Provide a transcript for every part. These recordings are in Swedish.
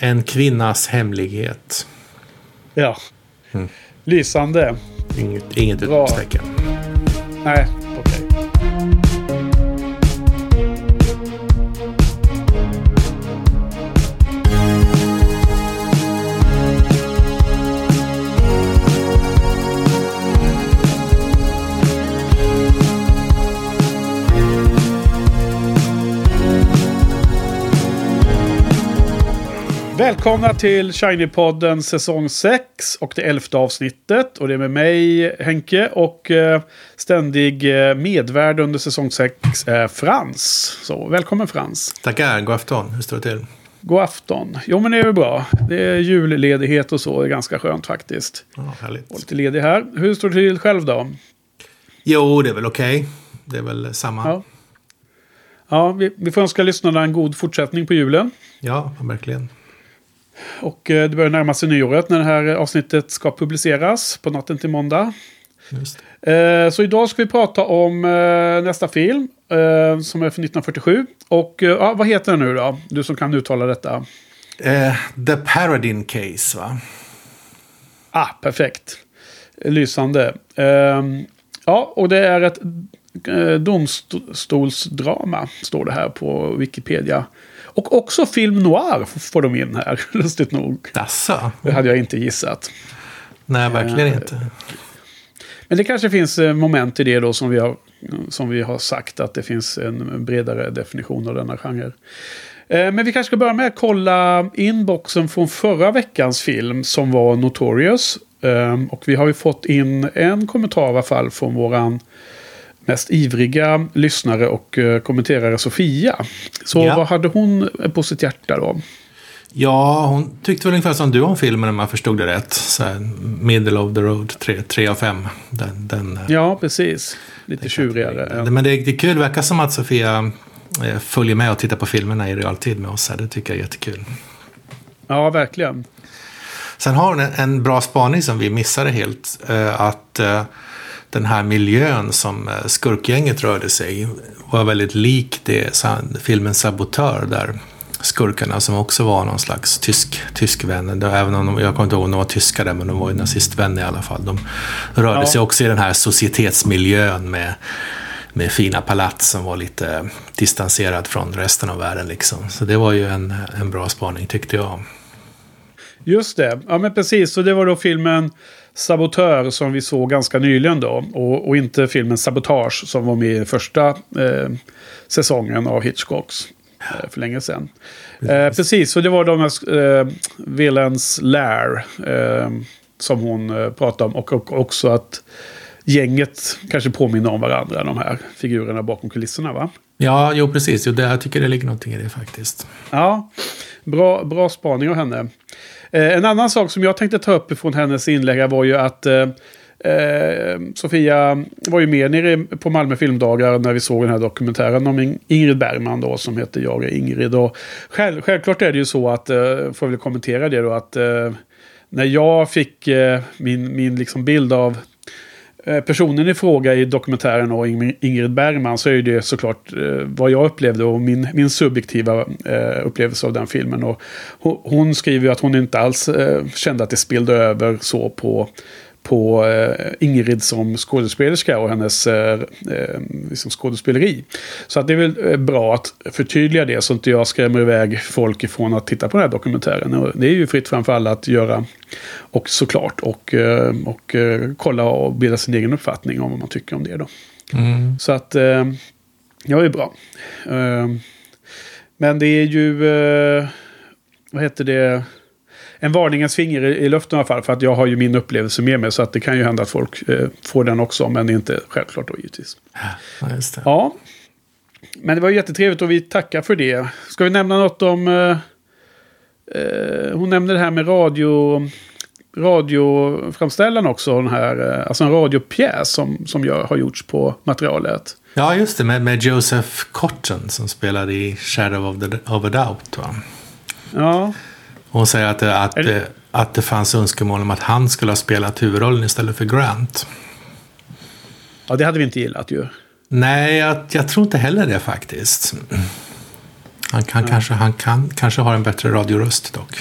En kvinnas hemlighet. Ja. Lysande. Inget utropstecken. Nej, okej. Välkomna till Shiny-podden säsong 6 och det 11:e avsnittet. Och det är med mig, Henke, och ständig medvärd under säsong 6 är Frans. Så välkommen Frans. Tackar, god afton. Hur står det till? God afton. Jo men det är väl bra. Det är julledighet och så, det är ganska skönt faktiskt. Ja, härligt. Och lite ledig här. Hur står det till själv då? Jo, det är väl okej. Det är väl samma. Ja, vi får önska lyssnarna en god fortsättning på julen. Ja, verkligen. Och det börjar närma sig nyåret när det här avsnittet ska publiceras på natten till måndag. Just. Så idag ska vi prata om nästa film som är från 1947. Och vad heter den nu då? Du som kan uttala detta. The Paradine Case, va? Perfekt. Lysande. Ja, och det är ett domstolsdrama, står det här på Wikipedia. Och också film noir får de in här, lustigt nog. Asså? Det hade jag inte gissat. Nej, verkligen inte. Men det kanske finns moment i det då som vi har sagt att det finns en bredare definition av denna genre. Men vi kanske ska börja med att kolla inboxen från förra veckans film som var Notorious. Och vi har ju fått in en kommentar i alla fall från våran mest ivriga lyssnare och kommenterare Sofia. Så vad hade hon på sitt hjärta då? Ja, hon tyckte väl ungefär som du om filmen om man förstod det rätt. Så här, middle of the road, 3 av 5. Ja, precis. Lite tjurigare. Men det är kul, det verkar som att Sofia följer med och tittar på filmerna i realtid med oss. Det tycker jag är jättekul. Ja, verkligen. Sen har hon en bra spaning som vi missade helt. Att den här miljön som skurkgänget rörde sig i var väldigt lik filmen Sabotör, där skurkarna som också var någon slags tysk vän. Även om jag kommer inte ihåg om de var tyskare, men de var ju nazistvänner i alla fall. De rörde sig också i den här societetsmiljön med fina palats som var lite distanserad från resten av världen liksom. Så det var ju en bra spaning tyckte jag. Just det, ja men precis. Så det var då filmen Sabotör som vi såg ganska nyligen då. Och inte filmen Sabotage som var med i första säsongen av Hitchcocks för länge sedan. Precis, så det var de här Villains Lair som hon pratade om. Och också att gänget kanske påminner om varandra, de här figurerna bakom kulisserna, va? Ja, jo precis. Jag tycker det ligger någonting i det faktiskt. Ja, bra spaning av henne. En annan sak som jag tänkte ta upp från hennes inlägg var ju att Sofia var ju med nere på Malmö filmdagar när vi såg den här dokumentären om Ingrid Bergman då, som heter Jag är Ingrid. Och självklart är det ju så att, får vi kommentera det då, att när jag fick min liksom bild av personen i fråga i dokumentären och Ingrid Bergman, så är det såklart vad jag upplevde och min subjektiva upplevelse av den filmen. Och hon skriver ju att hon inte alls kände att det spillde över så på Ingrid som skådespelerska och hennes liksom skådespeleri. Så att det är väl bra att förtydliga det så att inte jag skrämmer iväg folk ifrån att titta på den här dokumentären. Och det är ju fritt framför alla att göra och såklart och kolla och bilda sin egen uppfattning om vad man tycker om det då. Så att ja, det är bra. Men det är ju vad heter det? En varningens finger i luften i alla fall, för att jag har ju min upplevelse med mig, så att det kan ju hända att folk får den också, men det är inte självklart då givetvis. Ja, just det. Ja, men det var jättetrevligt och vi tackar för det. Ska vi nämna något om hon nämnde det här med radioframställan också, den här, alltså en radiopjäs som har gjorts på materialet. Ja, just det, med Joseph Cotton som spelade i Shadow of a Doubt, va? Ja. Hon säger att det fanns önskemål om att han skulle ha spelat huvudrollen istället för Grant. Ja, det hade vi inte gillat ju. Nej, jag tror inte heller det faktiskt. Han kanske har en bättre radioröst dock.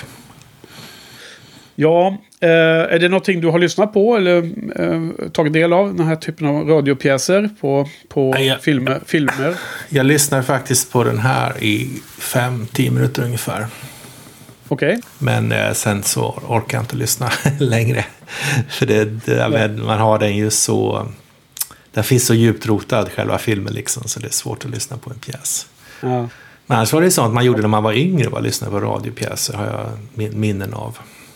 Ja, är det någonting du har lyssnat på eller tagit del av, den här typen av radiopjäser på filmer? Jag lyssnar faktiskt på den här i 5-10 minuter ungefär. Okej. Men sen så orkar jag inte lyssna längre. För man har den ju så... Den finns så djupt rotad, själva filmen liksom, så det är svårt att lyssna på en pjäs. Ja. Men annars var det sånt man gjorde när man var yngre, var lyssna på radiopjäser, har jag minnen av.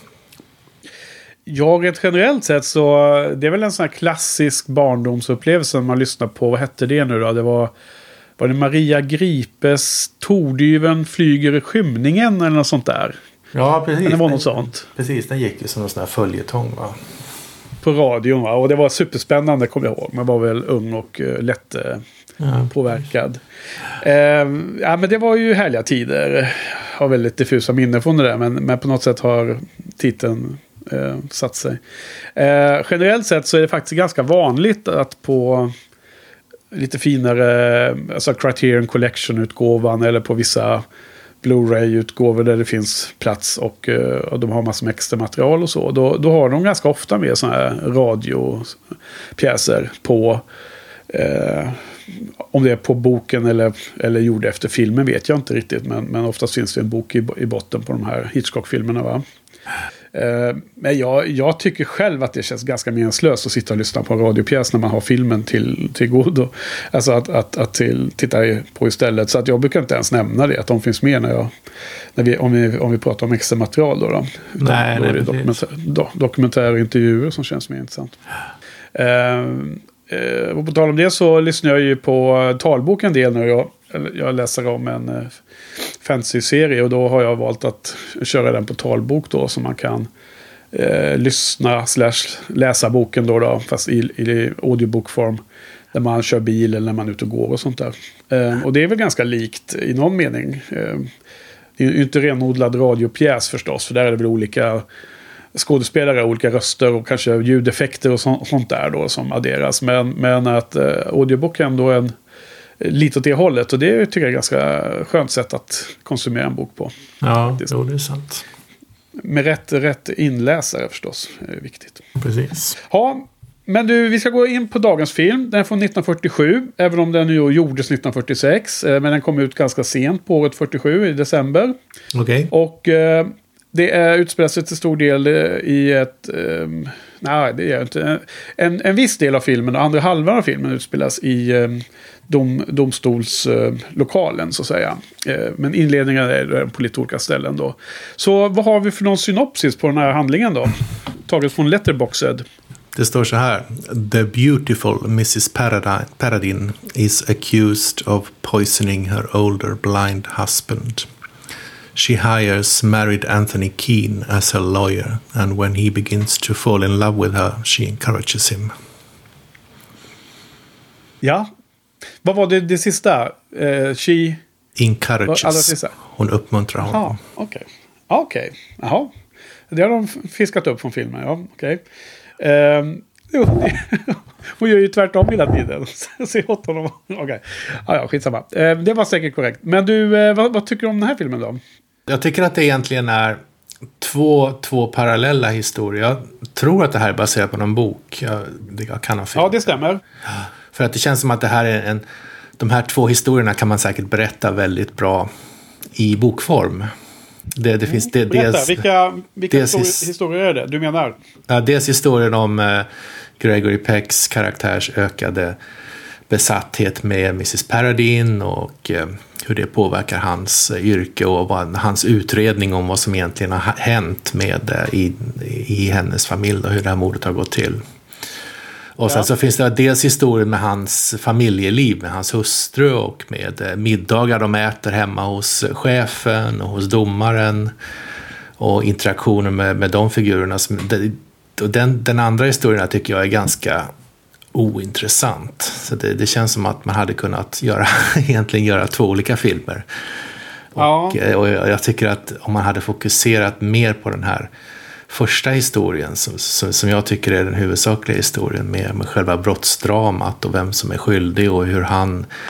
Ja, rent generellt sett så det är väl en sån här klassisk barndomsupplevelse man lyssnar på. Vad hette det nu då? Det var det Maria Gripes Tordyven flyger i skymningen eller något sånt där? Ja, precis. Det var något sånt. Precis, den gick ju som en sån här följetong, va? På radion, va? Och det var superspännande, kommer jag ihåg. Man var väl ung och lätt påverkad. Ja, men det var ju härliga tider. Jag har väldigt diffusa minnen från det där, men på något sätt har titeln satt sig. Generellt sett så är det faktiskt ganska vanligt att på lite finare, alltså Criterion Collection-utgåvan eller på vissa Blu-ray-utgåvor där det finns plats och de har massor med extra material och så. Då har de ganska ofta med såna här radiopjäser på om det är på boken eller gjord efter filmen vet jag inte riktigt, men oftast finns det en bok i botten på de här Hitchcock-filmerna, va? Men jag tycker själv att det känns ganska meningslöst att sitta och lyssna på en radiopjäs när man har filmen till godo. Alltså att titta på istället. Så att jag brukar inte ens nämna det, att de finns med om vi pratar om extra material då. Nej, då är det dokumentärer och intervjuer som känns mer intressant. Och på tal om det så lyssnar jag ju på talbok en del när jag läser om en fantasy-serie, och då har jag valt att köra den på talbok då, så man kan lyssna/läsa boken då fast i audiobokform när man kör bil eller när man är ute och går och sånt där. Och det är väl ganska likt i någon mening. Det är ju inte renodlad radiopjäs förstås, för där är det väl olika skådespelare, olika röster och kanske ljudeffekter och sånt där då som adderas. Men att audioboken då är en lite åt det hållet, och det tycker jag är ganska skönt sätt att konsumera en bok på. Ja, det är sant. Med rätt inläsare förstås, är viktigt. Precis. Ja, men du, vi ska gå in på dagens film. Den är från 1947, även om den ju gjordes 1946, men den kom ut ganska sent på året 47 i december. Okej. Och det utspelar sig till stor del i ett... nej, det är inte... En viss del av filmen och andra halvan av filmen utspelas i domstolslokalen, så att säga. Men inledningen är på lite olika ställen då. Så vad har vi för någon synopsis på den här handlingen då? Taget från Letterboxd. Det står så här: The beautiful Mrs. Paradine is accused of poisoning her older blind husband. She hires married Anthony Keane as her lawyer, and when he begins to fall in love with her, she encourages him. Ja. Vad var det sista? She... Encourages. Hon uppmuntrar honom. Okej. Jaha. Det har de fiskat upp från filmen, ja. Okej. Hon gör ju tvärtom hela tiden. Se åt honom. Okej. Ja, skitsamma. Det var säkert korrekt. Men du, vad tycker du om den här filmen då? Jag tycker att det egentligen är två parallella historier. Jag tror att det här är baserat på någon bok. Jag kan ha fel. Ja, det stämmer. För att det känns som att det här är de här två historierna kan man säkert berätta väldigt bra i bokform. Det finns berätta, vilka historier är det du menar? Ja, dels historien om Gregory Pecks karaktärs ökade besatthet med Mrs. Paradine och hur det påverkar hans yrke och hans utredning om vad som egentligen har hänt med i hennes familj och hur det här mordet har gått till. Och sen så finns det dels historien med hans familjeliv, med hans hustru och med middagar de äter hemma hos chefen och hos domaren och interaktioner med de figurerna. Och den andra historien tycker jag är ganska ointressant. Så det känns som att man hade kunnat egentligen göra två olika filmer. Och jag tycker att om man hade fokuserat mer på den här första historien som jag tycker är den huvudsakliga historien med själva brottsdramat och vem som är skyldig och hur han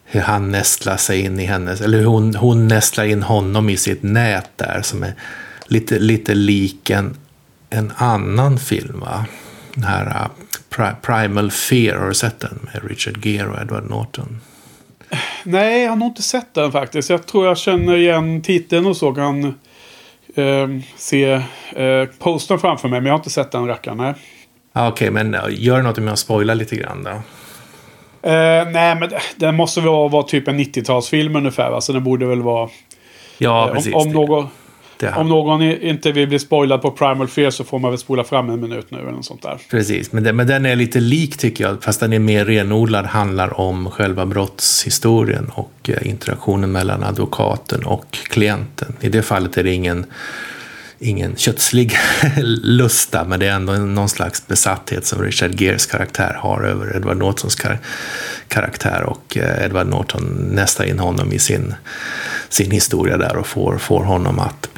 hur han nästlar sig in i hennes, eller hon nästlar in honom i sitt nät där, som är lite lik en annan film, va? Den här Primal Fear, har du sett den? Med Richard Gere och Edward Norton. Nej, jag har nog inte sett den faktiskt. Jag tror jag känner igen titeln och så kan se postern framför mig. Men jag har inte sett den rackaren, nej. Okej, men gör något med att spoila lite grann då. Nej, men den måste väl vara typ en 90-talsfilm ungefär. Alltså den borde väl vara... Ja, precis. Om någon inte vill bli spoilad på Primal Fear så får man väl spola fram en minut nu eller något sånt där. Precis, men den är lite lik tycker jag. Fast den är mer renodlad, handlar om själva brottshistorien och interaktionen mellan advokaten och klienten. I det fallet är det ingen kötslig lusta, men det är ändå någon slags besatthet som Richard Geres karaktär har över Edward Nortons karaktär, och Edward Norton nästar in honom i sin historia där och får honom att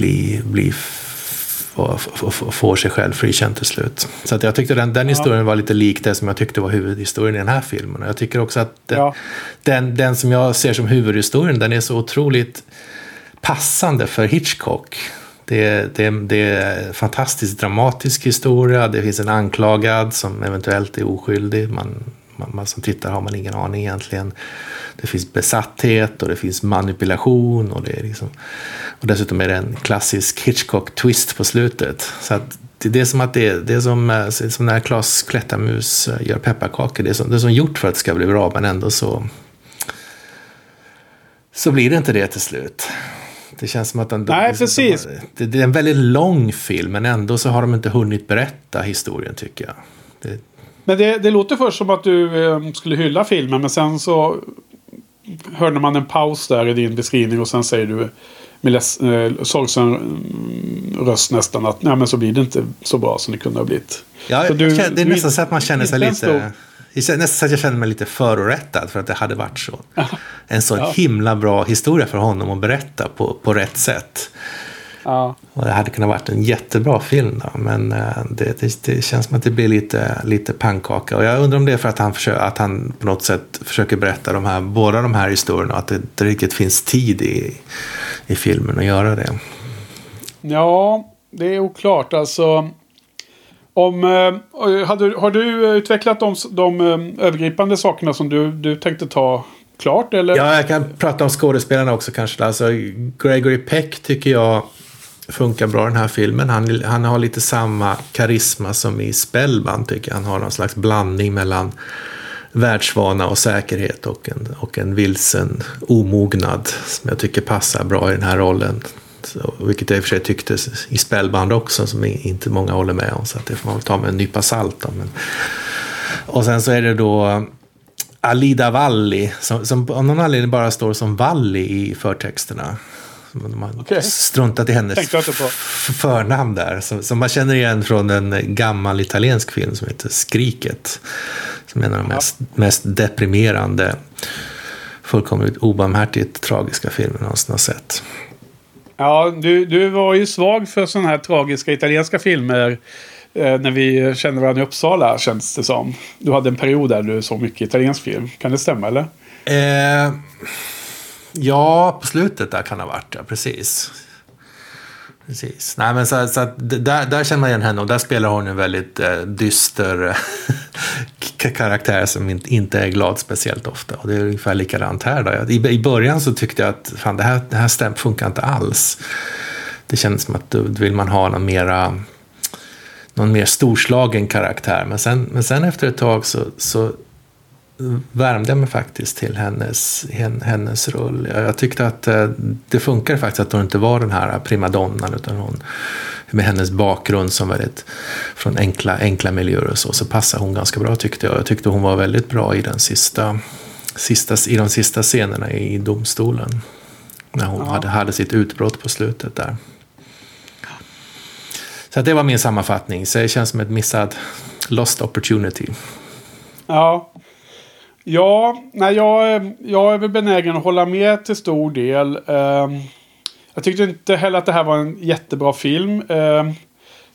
få sig själv frikänd till slut. Så att jag tyckte den historien var lite lik det som jag tyckte var huvudhistorien i den här filmen. Och jag tycker också att den som jag ser som huvudhistorien, den är så otroligt passande för Hitchcock. Det är en fantastiskt dramatisk historia. Det finns en anklagad som eventuellt är oskyldig. Man som tittar har man ingen aning egentligen. Det finns besatthet och det finns manipulation och det är liksom, och dessutom är det en klassisk Hitchcock-twist på slutet. Så att det är som att det är som när Claes Klättermus gör pepparkakor. Det är som gjort för att det ska bli bra, men ändå så blir det inte det till slut. Det känns som att precis. Det är en väldigt lång film, men ändå så har de inte hunnit berätta historien, tycker jag. Men det låter först som att du skulle hylla filmen, men sen så hörde man en paus där i din beskrivning och sen säger du med sorgsen röst nästan att nej, men så blir det inte så bra som det kunde ha blivit. Ja, det är nästan så att man känner sig lite... Nästan så att jag känner mig lite förorättad för att det hade varit så. En så himla bra historia för honom att berätta på rätt sätt. Ja. Och det hade kunnat varit en jättebra film då, men det känns som att det blir lite pannkaka. Och jag undrar om det är för att han på något sätt försöker berätta båda de här historierna, och att det inte riktigt finns tid i filmen att göra det. Ja, det är oklart. Alltså, har du utvecklat de övergripande sakerna som du tänkte ta klart? Eller? Ja, jag kan prata om skådespelarna också kanske. Alltså, Gregory Peck tycker jag funkar bra i den här filmen. Han har lite samma karisma som i Spellbound, tycker jag. Han har någon slags blandning mellan världsvana och säkerhet och en vilsen omognad som jag tycker passar bra i den här rollen. Så, vilket jag i och för sig tyckte i Spellbound också, som inte många håller med om, så att det får man väl ta med en nypa salt då. Och sen så är det då Alida Valli som av någon anledning bara står som Valli i förtexterna. Man struntat i hennes förnamn där. Som man känner igen från en gammal italiensk film som heter Skriket. Som är en av de mest deprimerande, fullkomligt obarmhärtigt tragiska filmer jag någonsin har sett. Ja, du var ju svag för sådana här tragiska italienska filmer när vi kände varandra i Uppsala, känns det som. Du hade en period där du såg mycket italiensk film. Kan det stämma, eller? Ja, på slutet där kan det ha varit, ja, precis. Nej, men så att där känner man igen henne, och där spelar hon en väldigt dyster karaktär som inte är glad speciellt ofta, och det är ungefär likadant här då. I början så tyckte jag att fan, det här stämt funkar inte alls. Det kändes som att då vill man ha någon mer storslagen karaktär, men sen efter ett tag så värmde jag mig faktiskt till hennes roll. Jag tyckte att det funkar faktiskt att hon inte var den här primadonnan, utan hon med hennes bakgrund som väldigt från enkla miljöer och så passar hon ganska bra, tyckte jag. Jag tyckte hon var väldigt bra i de sista scenerna i domstolen när hon hade sitt utbrott på slutet där. Så att det var min sammanfattning. Så det känns som ett missad lost opportunity. Ja, nej, jag är väl benägen att hålla med till stor del. Jag tyckte inte heller att det här var en jättebra film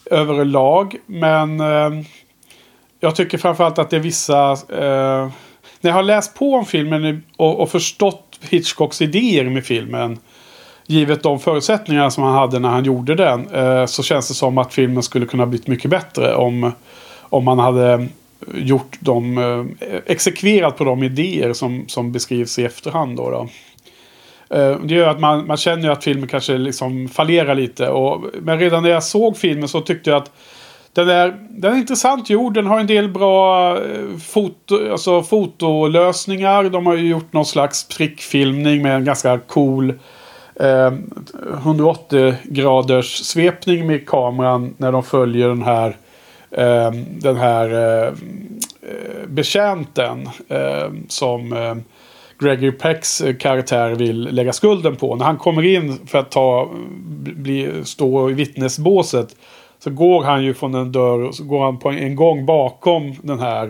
överlag. Men jag tycker framförallt att det är vissa när jag har läst på om filmen och förstått Hitchcocks idéer med filmen, givet de förutsättningar som han hade när han gjorde den, så känns det som att filmen skulle kunna blivit mycket bättre om man hade gjort exekverat på de idéer som beskrivs i efterhand då. Det gör att man känner att filmen kanske liksom fallerar lite. Men redan när jag såg filmen så tyckte jag att den är intressant gjord. Den har en del bra fotolösningar. De har ju gjort någon slags prickfilmning med en ganska cool 180-graders svepning med kameran när de följer den här betjänten som Gregory Pecks karaktär vill lägga skulden på. När han kommer in för att stå i vittnesbåset, så går han ju från en dörr och så går han på en gång bakom den här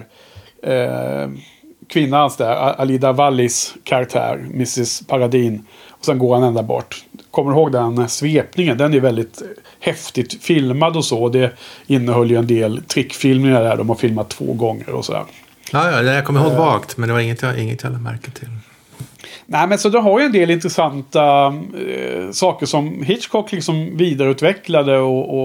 kvinnans där, Alida Vallis karaktär, Mrs. Paradine. Och sen går han ända bort. Kommer du ihåg den svepningen? Den är väldigt häftigt filmad och så. Det innehöll ju en del trickfilmningar där. De har filmat 2 gånger och sådär. Ja, jag kommer ihåg vagt, men det var inget jag lade märke till. Nej, men så de har ju en del intressanta saker som Hitchcock liksom vidareutvecklade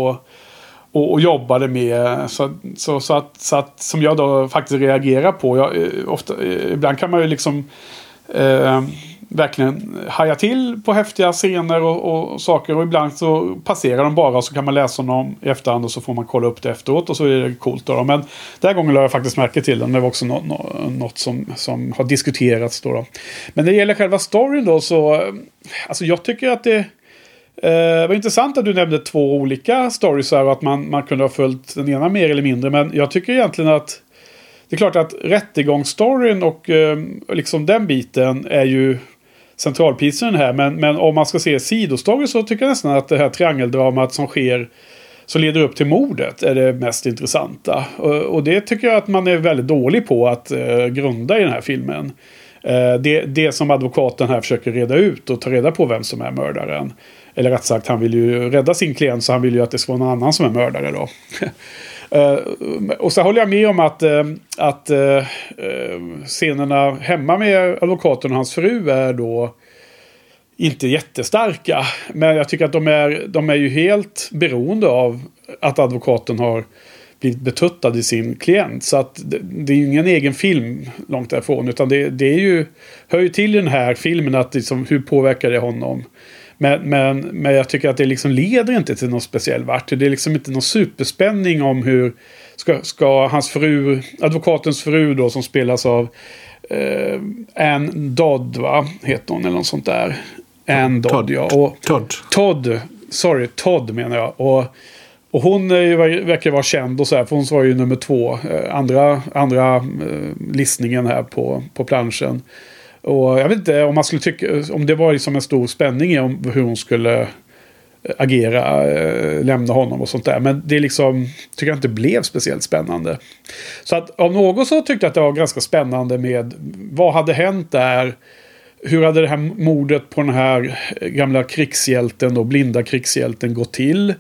och jobbade med. Så att som jag då faktiskt reagerar på. Ibland kan man ju liksom verkligen haja till på häftiga scener och saker, och ibland så passerar de bara och så kan man läsa om dem i efterhand och så får man kolla upp det efteråt och så är det coolt då. Men den här gången lade jag faktiskt märke till den. Det var också något som har diskuterats då. Men när det gäller själva storyn då, så alltså jag tycker att det var intressant att du nämnde 2 olika stories här och att man kunde ha följt den ena mer eller mindre, men jag tycker egentligen att det är klart att rättegångsstoryn och liksom den biten är ju centralpisen här. Men om man ska se sidostory så tycker jag nästan att det här triangeldramat som sker, som leder upp till mordet, är det mest intressanta. Och det tycker jag att man är väldigt dålig på att grunda i den här filmen. Det som advokaten här försöker reda ut och ta reda på vem som är mördaren. Eller rätt sagt, han vill ju rädda sin klient, så han vill ju att det ska vara någon annan som är mördare då. Och så håller jag med om att scenerna hemma med advokaten och hans fru är då inte jättestarka. Men jag tycker att de är ju helt beroende av att advokaten har blivit betuttad i sin klient. Så att det är ju ingen egen film långt därifrån, utan det är ju, hör ju till den här filmen att liksom, hur påverkar det honom. Men jag tycker att det liksom leder inte till någon speciell vart. Det är liksom inte någon superspänning om hur ska hans fru, advokatens fru då, som spelas av Ann Dodd, va? Heter hon eller något sånt där. Ann Dodd, ja. Och Todd menar jag. Och hon verkar vara känd och så här, för hon var ju nummer 2. Andra listningen här på planschen. Och jag vet inte om man skulle tycka, om det var liksom en stor spänning om hur hon skulle agera, lämna honom och sånt där. Men det liksom, tycker jag inte blev speciellt spännande. Så att av något så tyckte jag att det var ganska spännande med vad hade hänt där. Hur hade det här mordet på den här gamla krigshjälten och blinda krigshjälten gått till?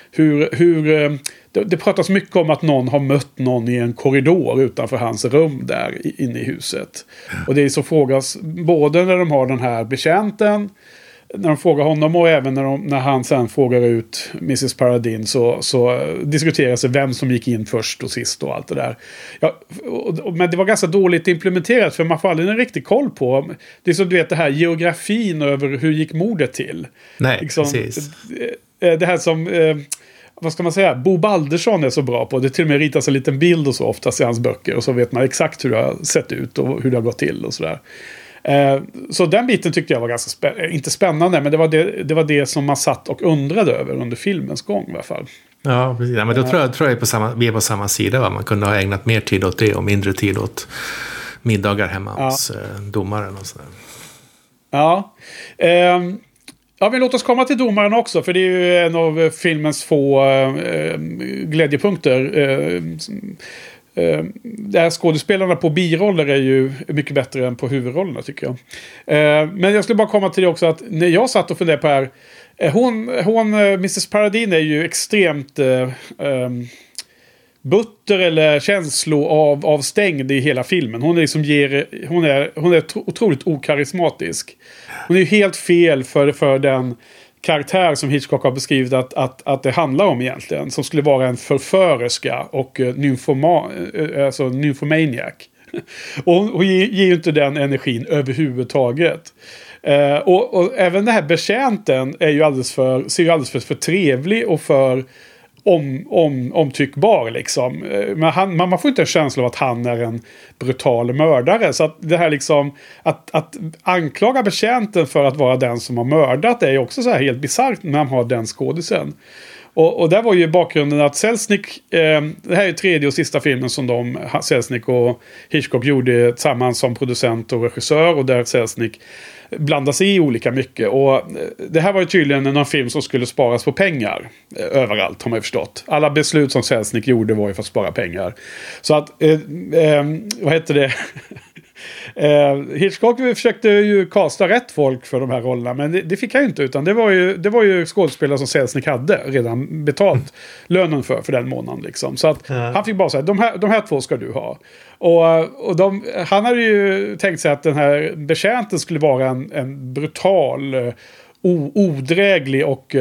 Det pratas mycket om att någon har mött någon i en korridor utanför hans rum där inne i huset. Och det är så frågas både när de har den här betjänten, när de frågar honom, och även när han sen frågar ut Mrs. Paradine, så diskuteras det vem som gick in först och sist och allt det där. Ja, men det var ganska dåligt implementerat, för man får aldrig en riktig koll på. Det är som du vet, det här geografin över hur gick mordet till. Nej, liksom, precis. Det här som vad ska man säga, Bo Baldersson är så bra på. Det till och med ritas en liten bild och så oftast i hans böcker, och så vet man exakt hur det har sett ut och hur det har gått till och sådär. Så den biten tyckte jag var ganska inte spännande, men det var det som man satt och undrade över under filmens gång i alla fall. Ja, precis. Ja, men då tror jag vi är på samma sida, va? Man kunde ha ägnat mer tid åt det och mindre tid åt middagar hemma hos domaren och sådär. Ja. Ja, men låt oss komma till domaren också, för det är ju en av filmens få glädjepunkter. Där skådespelarna på biroller är ju mycket bättre än på huvudrollerna, tycker jag. Men jag skulle bara komma till det också, att när jag satt och funderade på här, hon Mrs. Paradine är ju extremt butter eller känsloavstängd i hela filmen. Hon är liksom hon är otroligt okarismatisk. Hon är ju helt fel för den karaktär som Hitchcock har beskrivit att det handlar om egentligen. Som skulle vara en förförerska och nymphomaniac. Och hon ger ju inte den energin överhuvudtaget. Och även den här betjänten är ju ser ju alldeles för trevlig och för omtyckbar liksom. Men man får inte en känsla av att han är en brutal mördare. Så att det här liksom att anklaga betjänten för att vara den som har mördat är ju också så här helt bisarrt när man har den skådisen. Och där var ju bakgrunden att Selznick, det här är tredje och sista filmen som Selznick och Hitchcock gjorde tillsammans som producent och regissör, och där Selznick blandade sig i olika mycket. Och det här var ju tydligen en film som skulle sparas på pengar överallt, har man ju förstått. Alla beslut som Selznick gjorde var ju för att spara pengar. Så att, vad heter det? Hitchcock försökte ju kasta rätt folk för de här rollerna, men det fick han ju inte, utan det var ju skådespelare som Selznick hade redan betalt lönen för den månaden liksom. Så att han fick bara säga, de här två ska du ha. Och han hade ju tänkt sig att den här betjänten skulle vara en brutal, odräglig och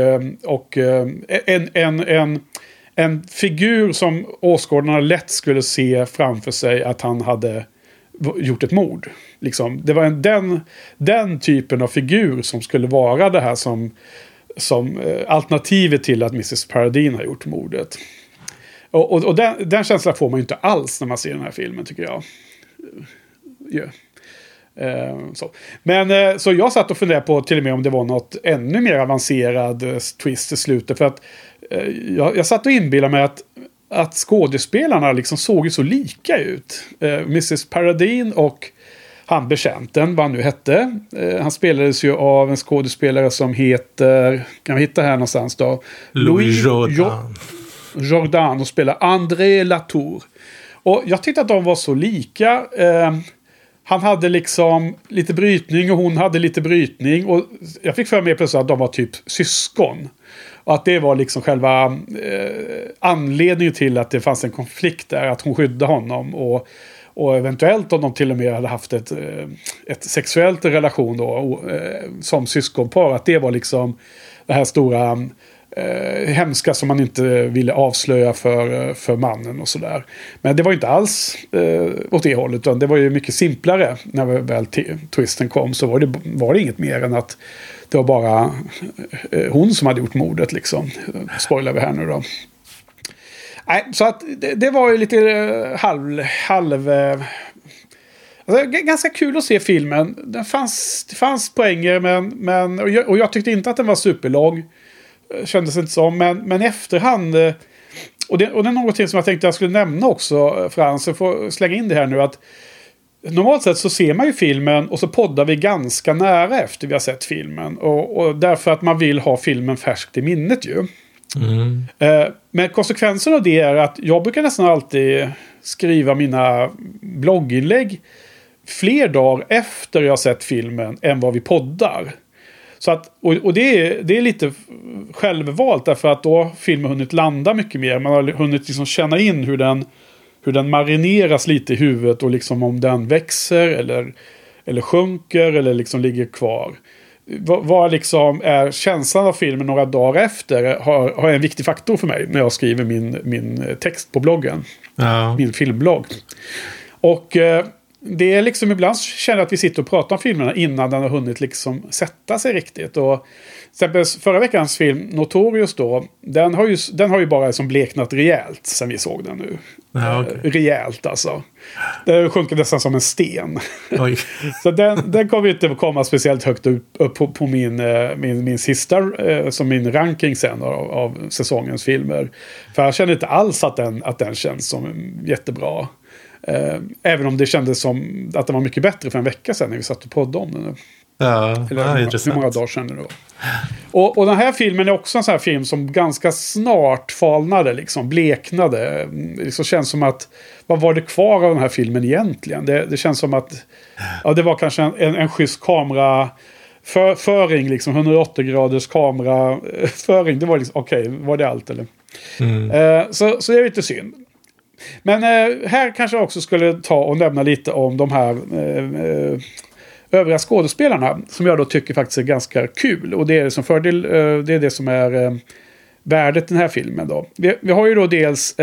en figur som åskådarna lätt skulle se framför sig att han hade gjort ett mord. Liksom. Det var den typen av figur som skulle vara det här som alternativet till att Mrs. Paradine har gjort mordet. Och den känslan får man ju inte alls när man ser den här filmen, tycker jag. Så. Men så jag satt och funderade på till och med om det var något ännu mer avancerad twist i slutet, för att jag satt och inbillade mig att skådespelarna liksom såg ju så lika ut. Mrs. Paradine och han betjänten, vad han nu hette. Han spelades ju av en skådespelare som heter, kan vi hitta här någonstans då? Louis Jourdan, och spelar André Latour. Och jag tyckte att de var så lika. Han hade liksom lite brytning och hon hade lite brytning. Och jag fick för mig plötsligt att de var typ syskon. Och att det var liksom själva anledningen till att det fanns en konflikt där. Att hon skyddade honom. Och eventuellt om de till och med hade haft ett sexuellt relation då, som syskonpar. Att det var liksom det här stora hemska som man inte ville avslöja för mannen och sådär. Men det var inte alls åt det hållet, utan det var ju mycket simplare. När väl twisten kom så var det inget mer än att det var bara hon som hade gjort mordet liksom. Spoilar vi här nu då. Nej, så att det var ju lite alltså, ganska kul att se filmen. Det fanns poänger, och jag tyckte inte att den var superlång. Kändes inte som, men efterhand, och det är någonting som jag tänkte jag skulle nämna också, Frans, jag får slänga in det här nu, att normalt sett så ser man ju filmen och så poddar vi ganska nära efter vi har sett filmen, och därför att man vill ha filmen färskt i minnet ju. Men konsekvensen av det är att jag brukar nästan alltid skriva mina blogginlägg fler dagar efter jag har sett filmen än vad vi poddar. Så att, och det är lite självvalt, därför att då har filmen hunnit landa mycket mer. Man har hunnit liksom känna in hur den marineras lite i huvudet, och liksom om den växer eller sjunker eller liksom ligger kvar. Vad liksom är känslan av filmen några dagar efter har en viktig faktor för mig när jag skriver min text på bloggen. Ja. Min filmblogg. Och det är liksom ibland känner jag att vi sitter och pratar om filmerna innan den har hunnit liksom sätta sig riktigt. Och exempel förra veckans film Notorious då, den har ju bara liksom bleknat rejält sen vi såg den nu. Ja, okay. Rejält alltså. Det sjunker nästan som en sten. Oj. Så den kommer ju inte komma speciellt högt upp på min sista, som min ranking sen av säsongens filmer. För jag känner inte alls att den känns som jättebra. Även om det kändes som att det var mycket bättre för en vecka sedan när vi satt och poddade om den. Ja, hur många dagar sedan det då. Och den här filmen är också en sån här film som ganska snart falnade, liksom bleknade. Det liksom känns som att, vad var det kvar av den här filmen egentligen? Det känns som att det var kanske en schysst kameraföring, liksom 180 graders kameraföring. Det var liksom, okej, var det allt eller? Så det är lite synd. Men här kanske jag också skulle ta och nämna lite om de här övriga skådespelarna som jag då tycker faktiskt är ganska kul. Och det är som fördel, det är det som är värdet i den här filmen då. Vi har ju då dels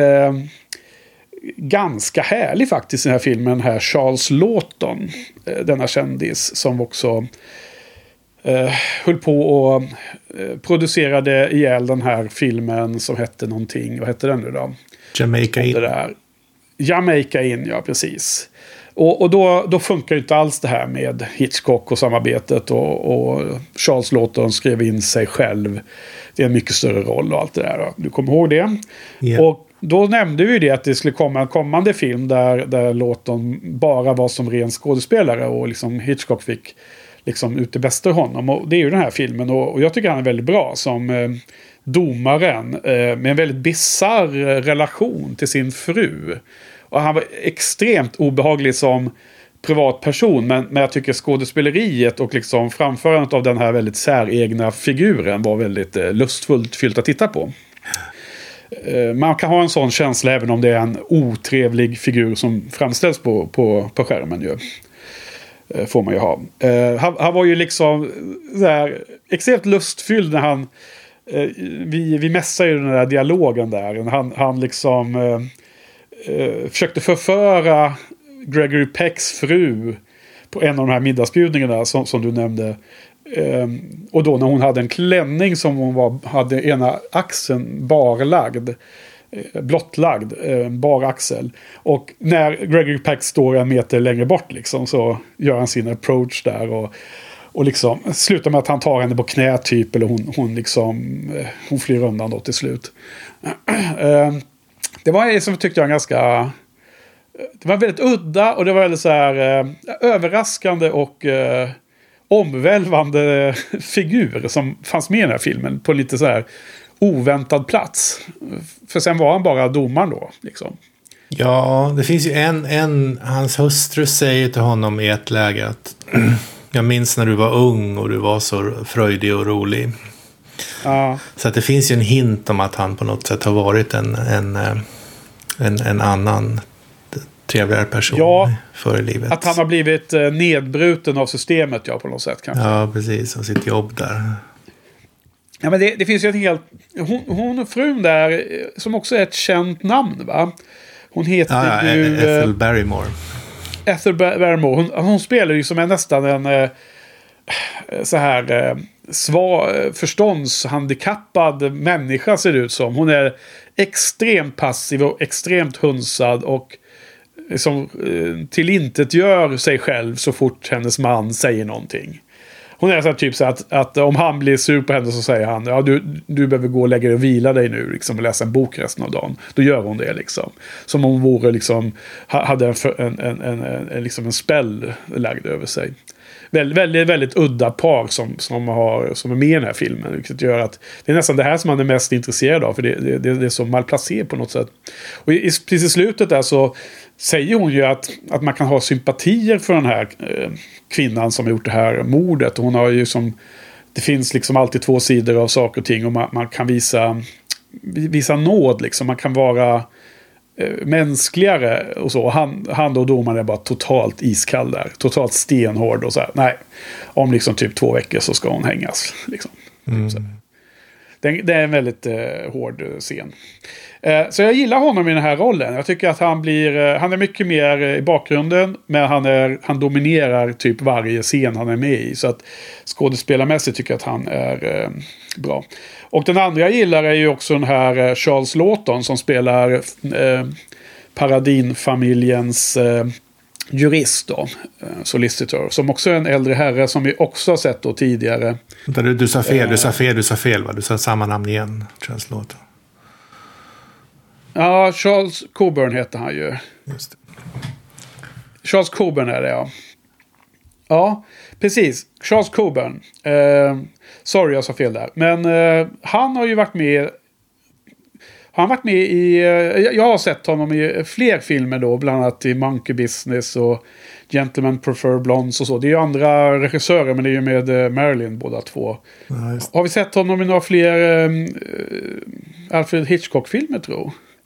ganska härlig faktiskt i den här filmen här Charles Laughton, denna kändis som också höll på och producerade ihjäl den här filmen som hette någonting. Vad hette den nu då? Jamaica In. Jamaica In, ja precis. Och då funkar ju inte alls det här med Hitchcock och samarbetet och Charles Laughton skrev in sig själv. Det är en mycket större roll och allt det där. Du kommer ihåg det? Yeah. Och då nämnde vi det att det skulle komma en kommande film där Laughton bara var som ren skådespelare och liksom Hitchcock fick liksom ut det bästa ur honom. Och det är ju den här filmen och jag tycker han är väldigt bra som domaren med en väldigt bizarr relation till sin fru. Och han var extremt obehaglig som privatperson, men jag tycker skådespeleriet och liksom framförandet av den här väldigt säregna figuren var väldigt lustfullt fyllt att titta på. Man kan ha en sån känsla även om det är en otrevlig figur som framställs på skärmen ju. Får man ju ha. Han var ju liksom där, extremt lustfylld när han vi mässar ju den där dialogen där. Han liksom försökte förföra Gregory Pecks fru på en av de här middagsbjudningarna som du nämnde. Och då när hon hade en klänning som hon hade ena axeln barlagd, blottlagd, bar axel. Och när Gregory Peck står en meter längre bort liksom, så gör han sin approach där och liksom slutar med att han tar henne på knä typ, eller hon flyr undan då till slut. Det var en som tyckte jag ganska... Det var väldigt udda och det var väldigt så här överraskande och omvälvande figur som fanns med i den här filmen på lite så här oväntad plats. För sen var han bara domaren då liksom. Ja, det finns ju hans hustru säger till honom i ett läge att jag minns när du var ung och du var så fröjdig och rolig. Ja. Så att det finns ju en hint om att han på något sätt har varit en annan trevligare person för i livet. Att han har blivit nedbruten av systemet på något sätt kanske. Ja, precis. Och sitt jobb där. Ja, men det finns ju ett helt... Hon och frun där som också är ett känt namn, va? Hon heter ju... Ethel Barrymore. Ethel Barrymore. Hon spelar ju som nästan en så här förståndshandikappad människa ser det ut som. Hon är extremt passiv och extremt hunsad och som tillintetgör sig själv så fort hennes man säger någonting. Hon är så här, typ så att om han blir sur på henne så säger han du behöver gå och lägga dig och vila dig nu liksom, och läsa en bok resten av dagen. Då gör hon det liksom. Som om hon vore liksom hade en spell lagd över sig. Väldigt, väldigt udda par som är med i den här filmen. Vilket gör att det är nästan det här som man är mest intresserad av. För det är så malplacé på något sätt. Och precis i slutet där så säger hon ju att man kan ha sympatier för den här kvinnan som har gjort det här mordet. Och hon har ju det finns liksom alltid två sidor av saker och ting. Och man kan visa nåd liksom. Man kan vara mänskligare och så. Han och domaren är bara totalt iskall där. Totalt stenhård och så här. Nej, om liksom typ 2 veckor så ska hon hängas. Liksom. Det är en väldigt hård scen. Så jag gillar honom i den här rollen. Jag tycker att han är mycket mer i bakgrunden, men han dominerar typ varje scen han är med i. Så att skådespelarmässigt tycker jag att han är bra. Och den andra jag gillar är ju också den här Charles Laughton som spelar Paradine-familjens jurist då, solicitor, som också är en äldre herre som vi också har sett då tidigare. Du sa fel va? Du sa samma namn igen, Charles Laughton. Ja, Charles Coburn heter han ju. Just det. Charles Coburn är det, ja. Ja, precis. Charles Coburn. Sorry, jag sa fel där. Men han har ju varit med... Han har varit med i... Jag har sett honom i fler filmer då. Bland annat i Monkey Business och Gentlemen Prefer Blondes och så. Det är ju andra regissörer, men det är ju med Marilyn båda två. Ja, har vi sett honom i några fler Alfred Hitchcock-filmer, tror jag?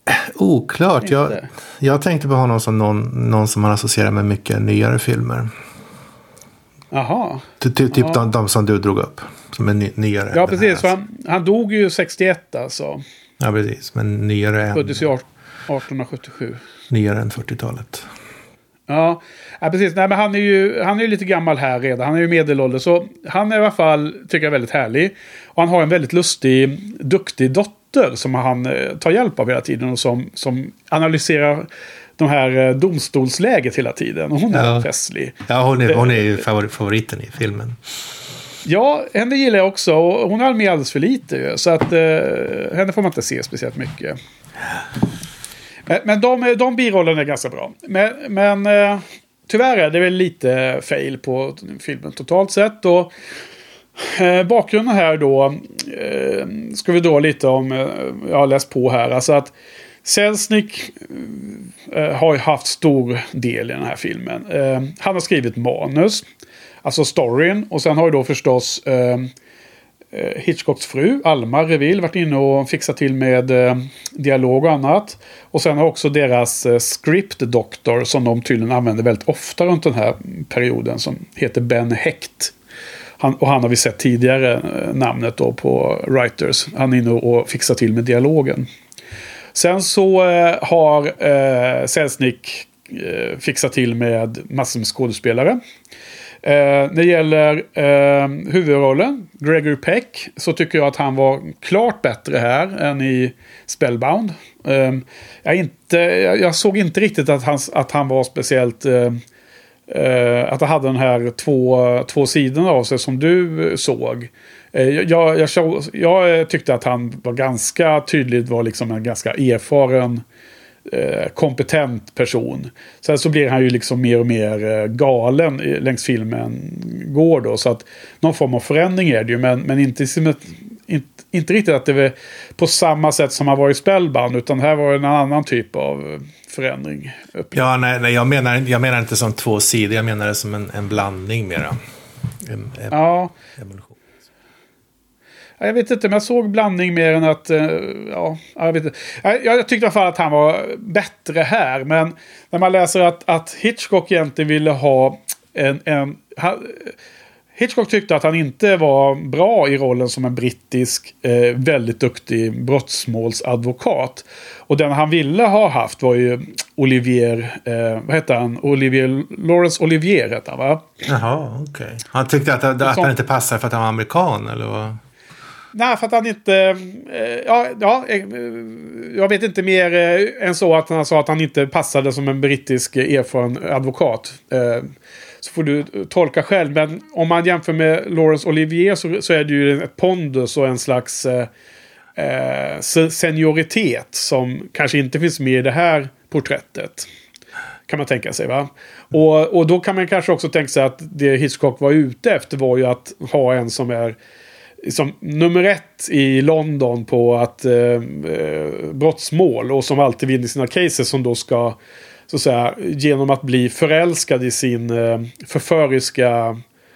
Oklart. Jag tänkte på honom som någon som man associerar med mycket nyare filmer. Jaha. Typ de som du drog upp. Som är nyare. Ja, precis. För han dog ju 61 alltså. Ja, precis. Men nyare än... Föddes 1877. Nyare än 40-talet. Ja, precis. Nej, men han är ju lite gammal här redan. Han är ju medelålder. Så han är i alla fall, tycker jag, väldigt härlig. Och han har en väldigt lustig, duktig dotter som han tar hjälp av hela tiden. Och som analyserar de här domstolsläget hela tiden. Och hon är festlig. Ja, hon är ju favoriten i filmen. Ja, henne gillar jag också. Och hon är med alldeles för lite. Så att henne får man inte se speciellt mycket. Men de birollerna är ganska bra. Men tyvärr är det väl lite fail på filmen totalt sett. Och bakgrunden här då ska vi då lite om, jag har läst på här. Alltså att Selznick har ju haft stor del i den här filmen. Han har skrivit manus, alltså storyn. Och sen har ju då förstås Hitchcocks fru, Alma Reville, varit inne och fixat till med dialog och annat. Och sen har också deras script doctor, som de tydligen använder väldigt ofta runt den här perioden, som heter Ben Hecht. Han har vi sett tidigare namnet då på Writers. Han är inne och fixar till med dialogen. Sen så har Selznick fixat till med massor med skådespelare. När det gäller huvudrollen, Gregory Peck, så tycker jag att han var klart bättre här än i Spellbound. Jag såg inte riktigt att han var speciellt... att han hade den här två sidorna av sig som du såg. Jag tyckte att han var ganska tydligt, var liksom en ganska erfaren, kompetent person. Sen så blir han ju liksom mer och mer galen längs filmen går då. Så att någon form av förändring är det ju. Men inte riktigt att det var på samma sätt som han var i Spellbound. Utan här var det en annan typ av förändring. Ja, nej, jag menar inte som två sidor. Jag menar det som en blandning mera. Ja. Jag vet inte, men jag såg blandning mer än att... jag vet inte. Jag tyckte i alla fall att han var bättre här. Men när man läser att Hitchcock egentligen ville ha Hitchcock tyckte att han inte var bra i rollen som en brittisk, väldigt duktig brottsmålsadvokat. Och den han ville ha haft var ju Olivier... vad heter han? Laurence Olivier heter han, va? Jaha, okej. Han tyckte att han inte passar för att han var amerikan, eller vad? Nej, för att han inte... jag vet inte mer än så att han sa att han inte passade som en brittisk erfaren advokat. Så får du tolka själv. Men om man jämför med Laurence Olivier så är det ju ett pondus och en slags senioritet som kanske inte finns med i det här porträttet. Kan man tänka sig, va? Och då kan man kanske också tänka sig att det Hitchcock var ute efter var ju att ha en som är som nummer 1 i London på att brottsmål och som alltid vinner sina cases, som då ska, så att säga, genom att bli förälskad i sin förföriska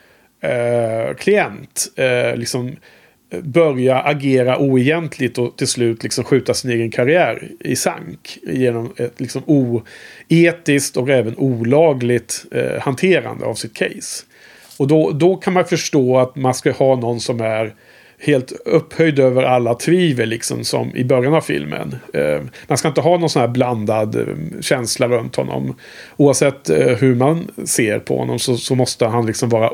klient liksom börja agera oegentligt och till slut liksom skjuta sin egen karriär i sank genom ett liksom oetiskt och även olagligt hanterande av sitt case. Och då kan man förstå att man ska ha någon som är helt upphöjd över alla tvivel, liksom, som i början av filmen. Man ska inte ha någon sån här blandad känsla runt honom. Oavsett hur man ser på honom så måste han liksom vara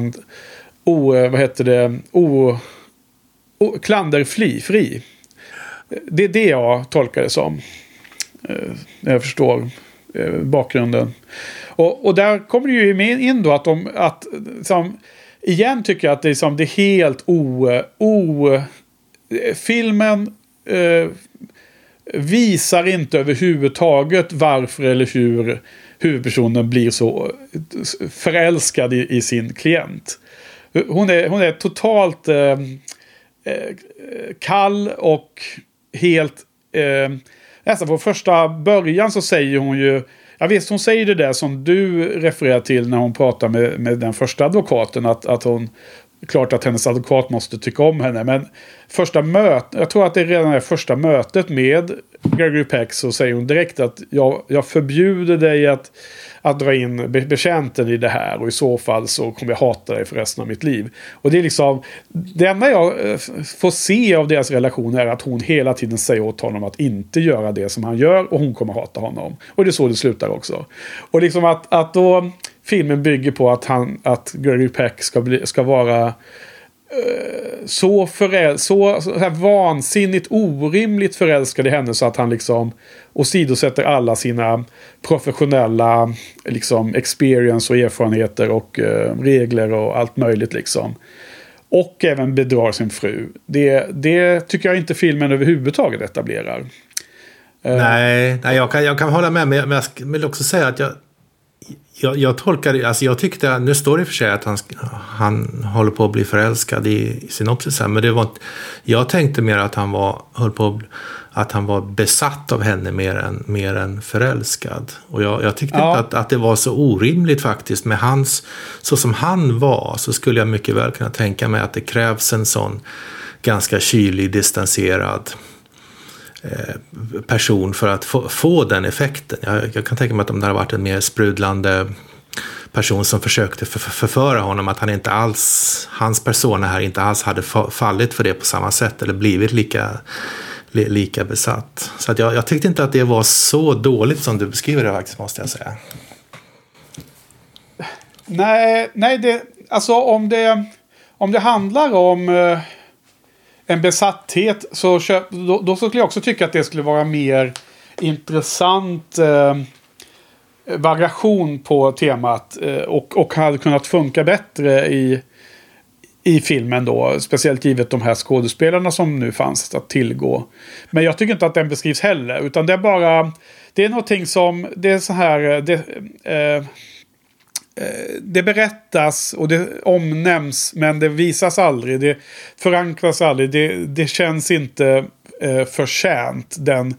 klanderfri. Det är det jag tolkar det som. Jag förstår bakgrunden. Och där kommer det ju in då att igen tycker jag att det är helt filmen visar inte överhuvudtaget varför eller hur huvudpersonen blir så förälskad i sin klient. Hon är totalt kall och helt nästan på första början så säger hon ju, ja visst, hon säger det där som du refererar till när hon pratar med den första advokaten, att hon, klart att hennes advokat måste tycka om henne, men första mötet, jag tror att det redan är första mötet med Gregory Peck så säger hon direkt att jag förbjuder dig att dra in betjänten i det här, och i så fall så kommer jag hata dig för resten av mitt liv. Och det är liksom det enda jag får se av deras relation är att hon hela tiden säger åt honom att inte göra det som han gör, och hon kommer hata honom. Och det är så det slutar också. Och liksom att då filmen bygger på att Gregory Peck ska vara så här vansinnigt orimligt förälskad i henne så att han liksom åsidosätter alla sina professionella liksom experience och erfarenheter och regler och allt möjligt liksom. Och även bedrar sin fru. Det tycker jag inte filmen överhuvudtaget etablerar. Nej, jag kan hålla med, men jag vill också säga att jag tolkar, alltså jag tyckte, nu står det för sig att han håller på att bli förälskad i synopsis här, men det var inte, jag tänkte mer att han var besatt av henne mer än förälskad. Och jag tyckte inte att det var så orimligt faktiskt med hans, så som han var, så skulle jag mycket väl kunna tänka mig att det krävs en sån ganska kylig, distanserad person för att få den effekten. Jag kan tänka mig att om det hade varit en mer sprudlande person som försökte förföra honom, att han inte alls, hans persona här inte alls hade fallit för det på samma sätt eller blivit lika besatt. Så att jag tyckte inte att det var så dåligt som du beskriver det faktiskt, måste jag säga. Nej, det, alltså om det handlar om en besatthet, så då skulle jag också tycka att det skulle vara mer intressant variation på temat och hade kunnat funka bättre i filmen då, speciellt givet de här skådespelarna som nu fanns att tillgå. Men jag tycker inte att den beskrivs heller, utan det är någonting som det är så här det berättas och det omnämns, men det visas aldrig, det förankras aldrig, det känns inte förtjänt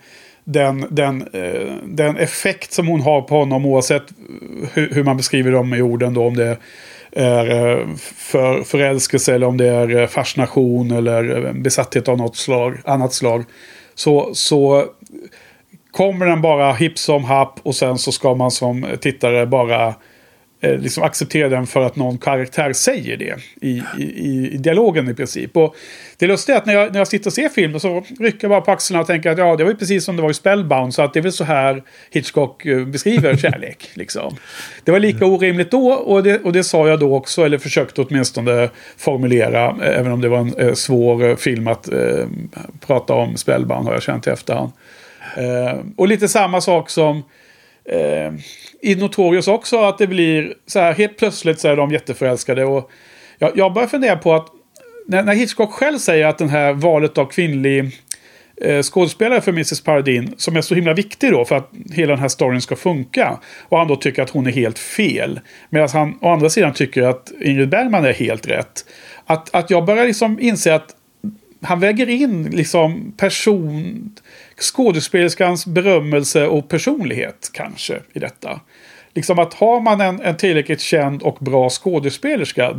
den effekt som hon har på honom, oavsett hur man beskriver dem i orden då, om det är förälskelse eller om det är fascination eller besatthet av något annat slag, så kommer den bara hipp som happ, och sen så ska man som tittare bara liksom acceptera den för att någon karaktär säger det i dialogen i princip. Och det är lustigt att när jag sitter och ser filmen så rycker jag bara på axlarna och tänker att ja, det var ju precis som det var i Spellbound, så att det är väl så här Hitchcock beskriver kärlek liksom. Det var lika orimligt då, och det sa jag då också, eller försökte åtminstone formulera, även om det var en svår film att prata om Spellbound, har jag känt i efterhand. Och lite samma sak som i Notorious också, att det blir så här, helt plötsligt så är de jätteförälskade, och jag börjar fundera på att när Hitchcock själv säger att den här valet av kvinnlig skådespelare för Mrs. Paradine, som är så himla viktig då för att hela den här storyn ska funka, och han då tycker att hon är helt fel, medan han å andra sidan tycker att Ingrid Bergman är helt rätt, att jag börjar liksom inse att han väger in liksom skådespelerskans berömmelse och personlighet kanske i detta. Liksom att har man en tillräckligt känd och bra skådespelerska,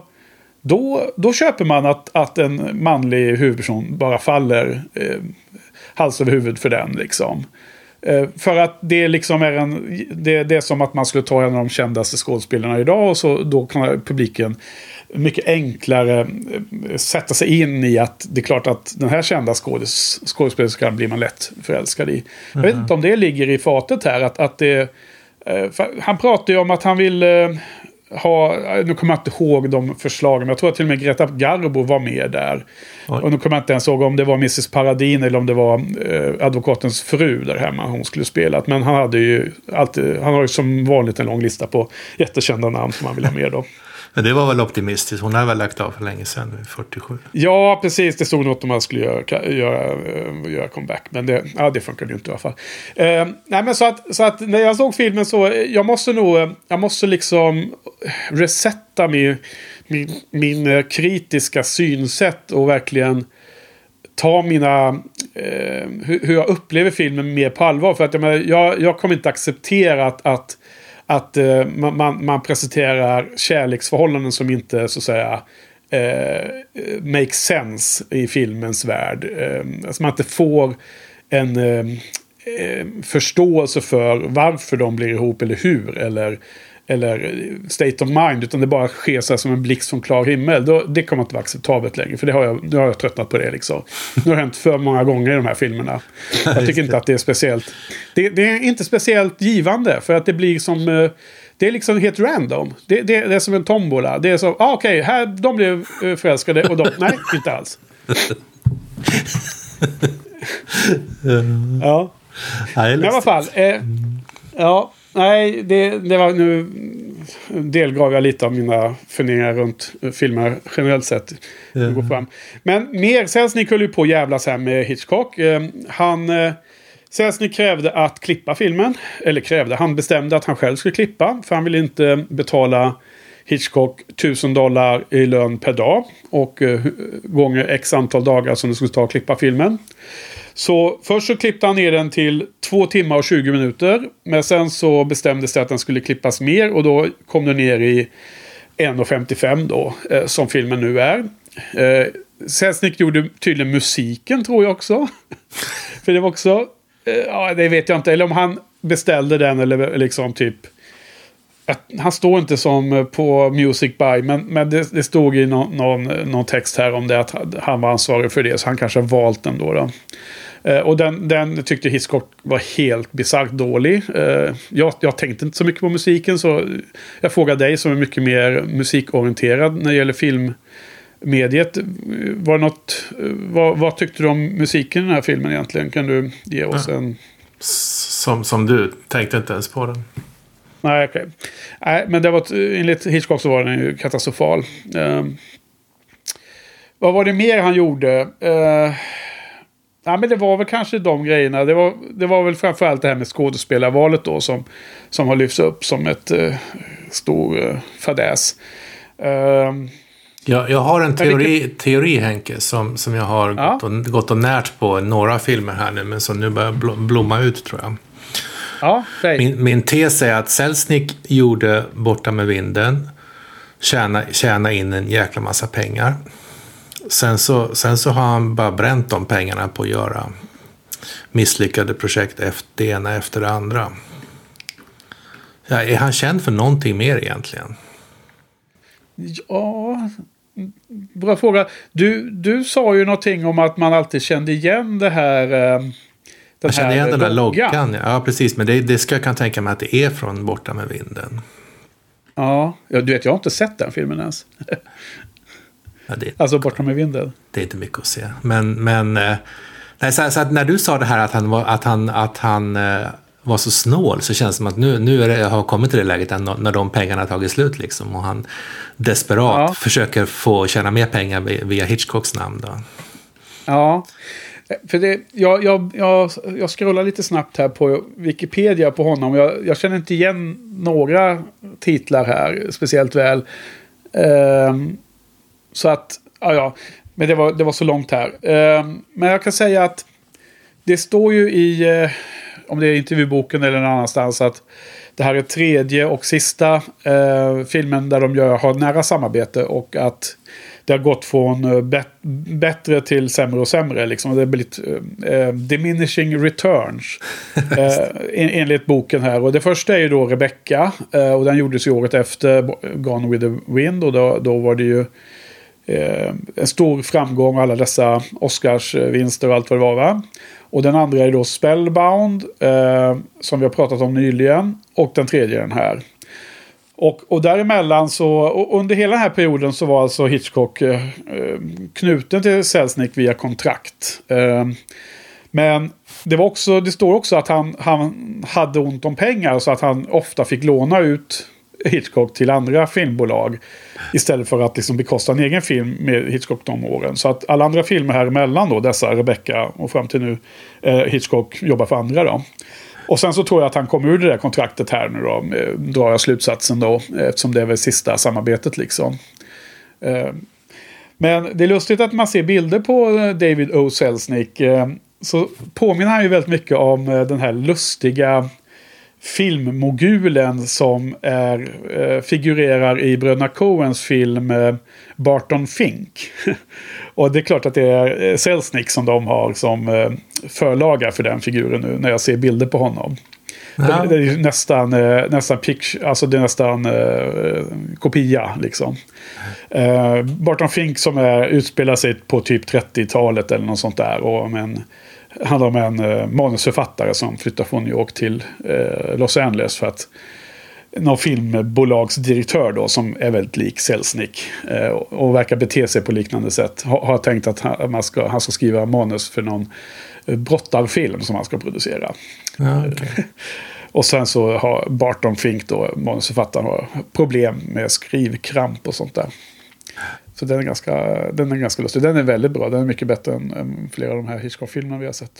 då köper man att en manlig huvudperson bara faller hals över huvud för den liksom. För att det liksom det är som att man skulle ta en av de kändaste skådespelarna idag, och så då kan publiken mycket enklare sätta sig in i att det är klart att den här kända skådespelerskan blir man lätt förälskad i. Jag vet inte om det ligger i fatet här, att det, han pratar ju om att han vill nu kommer jag inte ihåg de förslagen, men jag tror att till och med Greta Garbo var med där. Oj. Och nu kommer jag inte ens ihåg om det var Mrs. Paradine eller om det var advokatens fru där hemma hon skulle spela. Men han har ju som vanligt en lång lista på jättekända namn som han vill ha med då. Men det var väl optimistiskt. Hon har väl lagt av för länge sedan, 47. Ja, precis. Det stod något om man skulle göra comeback. Men det funkade ju inte i alla fall. Nej, men så att när jag såg filmen så jag måste liksom resetta min kritiska synsätt och verkligen ta hur jag upplever filmen mer på allvar. För att jag kommer inte acceptera att man presenterar kärleksförhållanden som inte så att säga makes sense i filmens värld. Alltså man inte får förståelse för varför de blir ihop eller hur eller state of mind, utan det bara sker så här som en blixt från klar himmel. Det kommer inte vara acceptabelt längre, för nu har jag tröttnat på det liksom. Nu har det hänt för många gånger i de här filmerna. Jag tycker inte att det är speciellt. Det är inte speciellt givande, för att det blir som det är liksom helt random. Det är som en tombola. Det är så, okej, här de blev förälskade och nej, inte alls. Ja. Men i alla fall ja. Nej, det var nu delgav jag lite av mina funderingar runt filmer generellt sett. Går fram. Men mer, Selznick höll ju på jävlas här med Hitchcock. Selznick krävde att klippa filmen. Han bestämde att han själv skulle klippa. För han ville inte betala Hitchcock $1,000 i lön per dag. Och gånger x antal dagar som det skulle ta att klippa filmen. Så först så klippte han ner den till 2 timmar och 20 minuter. Men sen så bestämdes det att den skulle klippas mer. Och då kom den ner i 1,55 då. Som filmen nu är. Selznick gjorde tydligen musiken, tror jag också. För det var också... ja, det vet jag inte. Eller om han beställde den eller liksom typ... Han står inte som på Music By, men det stod i någon text här om det, att han var ansvarig för det, så han kanske har valt den då. Och den tyckte Hitchcock var helt bisarrt dålig. Jag tänkte inte så mycket på musiken, så jag frågar dig som är mycket mer musikorienterad när det gäller filmmediet. Var det något, vad tyckte du om musiken i den här filmen egentligen? Kan du ge oss en... Som du tänkte inte ens på den. Nej, okej. Nej, men det var enligt Hitchcock så var den ju katastrofal. Vad var det mer han gjorde? Ja, men det var väl kanske de grejerna. Det var väl framförallt det här med skådespelarvalet då som har lyfts upp som ett stor fadäs. Jag har en teori Henke, som jag har gått och närt på några filmer här nu, men som nu börjar blomma ut, tror jag. Ja, min tes är att Selznick gjorde Borta med vinden, tjäna in en jäkla massa pengar. Sen så har han bara bränt de pengarna på att göra misslyckade projekt det ena efter det andra. Ja, är han känd för någonting mer egentligen? Ja, bra fråga. Du sa ju någonting om att man alltid kände igen det här... Jag känner igen den där loggan. Ja, precis. Men det ska jag kan tänka mig att det är från Borta med vinden. Ja, du vet, jag har inte sett den filmen ens. Ja, alltså Borta med vinden. Det är inte mycket att se. Men nej, så att när du sa det här att han var så snål, så känns det som att nu har kommit till det läget när de pengarna har tagit slut liksom, och han desperat försöker få tjäna mer pengar via Hitchcocks namn då. Ja. För det, jag scrollar lite snabbt här på Wikipedia på honom. Jag känner inte igen några titlar här speciellt väl. Så att, men det var så långt här. Men jag kan säga att det står ju i, om det är intervjuboken eller någon annanstans, att det här är tredje och sista filmen där de har nära samarbete, och att det har gått från bättre till sämre och sämre. Liksom. Det har blivit diminishing returns enligt boken här. Och det första är ju då Rebecca. Och den gjordes ju året efter Gone with the Wind. Och då var det ju en stor framgång, alla dessa Oscarsvinster och allt vad det var, va? Och den andra är då Spellbound, som vi har pratat om nyligen. Och den tredje är den här. Och däremellan och under hela den här perioden så var alltså Hitchcock knuten till Selznick via kontrakt. Men det står också att han hade ont om pengar, så att han ofta fick låna ut Hitchcock till andra filmbolag istället för att liksom bekosta en egen film med Hitchcock de åren. Så att alla andra filmer här emellan då, dessa Rebecca och fram till nu, Hitchcock jobbar för andra då. Och sen så tror jag att han kommer ur det där kontraktet här nu då, drar jag slutsatsen då, eftersom det är väl sista samarbetet liksom. Men det är lustigt att man ser bilder på David O. Selznick, så påminner han ju väldigt mycket om den här lustiga filmmogulen som figurerar i bröderna Coens film Barton Fink. Och det är klart att det är Selznick som de har som förlaga för den figuren nu när jag ser bilder på honom. Ja. Det är ju nästan alltså det är nästan kopia liksom. Barton Fink som utspelar sig på typ 30-talet eller något sånt där, och handlar om en manusförfattare som flyttar från New York till Los Angeles för att någon filmbolagsdirektör då som är väldigt lik Selznick och verkar bete sig på liknande sätt har tänkt att han ska skriva manus för någon brottarfilm som han ska producera. Ja, okay. Och sen så har Barton Fink då, manusförfattaren, har problem med skrivkramp och sånt där. Så den är ganska lustig. Den är väldigt bra. Den är mycket bättre än flera av de här Hitchcock-filmerna vi har sett.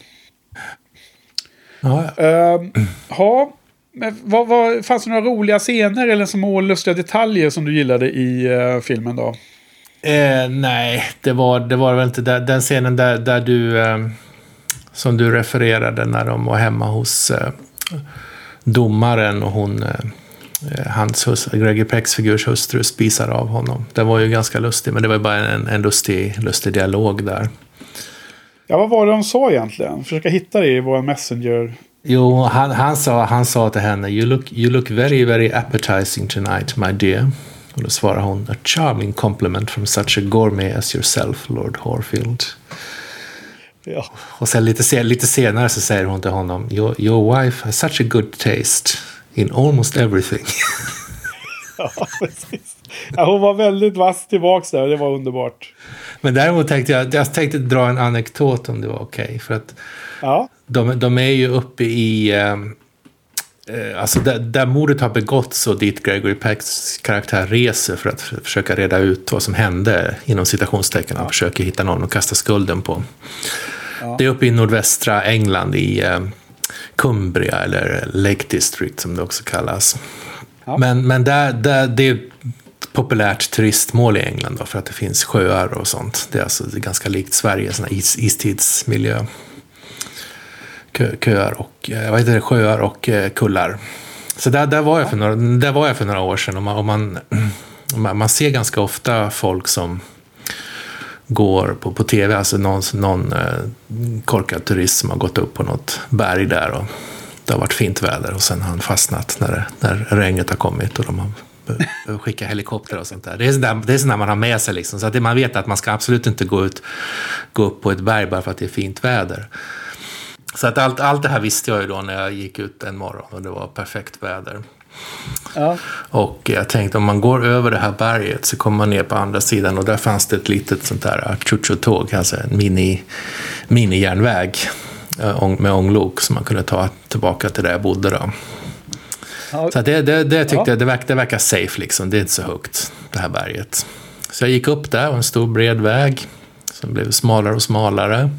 Fanns det några roliga scener eller små lustiga detaljer som du gillade i filmen då? Nej, det var väl inte den scenen där du som du refererade när de var hemma hos domaren och hon hans Gregory Pecks figurs hustru spisar av honom. Det var ju ganska lustig, men det var ju bara en lustig dialog där. Ja, vad var det de sa egentligen? Försöka hitta det i vår Messenger. Jo, han sa till henne, you look very, very appetizing tonight, my dear. Och då svarar hon, a charming compliment from such a gourmet as yourself, Lord Horfield. Ja. Och sen lite senare så säger hon till honom, your wife has such a good taste in almost everything. Ja, precis. Ja, hon var väldigt vass tillbaks där, det var underbart. Men däremot tänkte jag tänkte dra en anekdot om det var okej. För att de är ju uppe i alltså där mordet har begåtts och dit Gregory Pecks karaktär reser för att försöka reda ut vad som hände inom citationstecken. Han försöker hitta någon att kasta skulden på. Ja. Det är uppe i nordvästra England i Cumbria eller Lake District som det också kallas. Ja. Men där det är populärt turistmål i England då, för att det finns sjöar och sånt. Det är alltså ganska likt Sverige, sån här istidsmiljö. Köar och sjöar och kullar. Så där var jag för några år sedan, och man ser ganska ofta folk som går på tv, alltså någon korkad turist som har gått upp på något berg där och det har varit fint väder och sen har han fastnat när regnet har kommit och de har skicka helikopter och sånt där. Det är sådär man har med sig liksom, så att man vet att man ska absolut inte gå upp på ett berg bara för att det är fint väder. Så att allt det här visste jag ju då när jag gick ut en morgon och det var perfekt väder. Ja. Och jag tänkte, om man går över det här berget så kommer man ner på andra sidan och där fanns det ett litet sånt där chucho-tåg, alltså en mini-järnväg med ånglok som man kunde ta tillbaka till där jag bodde då. Ja. Så det tyckte jag, det verkar safe liksom, det är inte så högt det här berget. Så jag gick upp där och en stor bred väg som blev smalare och smalare.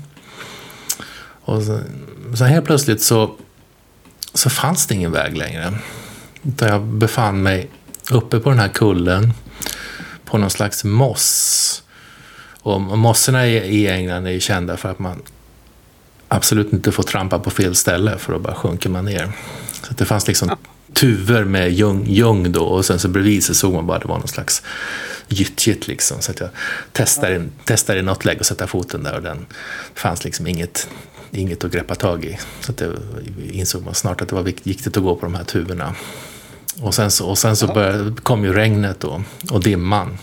Och så helt plötsligt så fanns det ingen väg längre. Utan jag befann mig uppe på den här kullen på någon slags moss. Och mossorna i England är ju kända för att man absolut inte får trampa på fel ställe, för då bara sjunker man ner. Så det fanns liksom tuvor med ljung då, och sen så bredvid så såg man bara det var någon slags gyttjigt liksom. Så att jag testade i något läge att sätta foten där, och det fanns liksom inget att greppa tag i. Så att det insåg man snart att det var viktigt att gå på de här tuvorna. Och sen så kom ju regnet då, och dimman.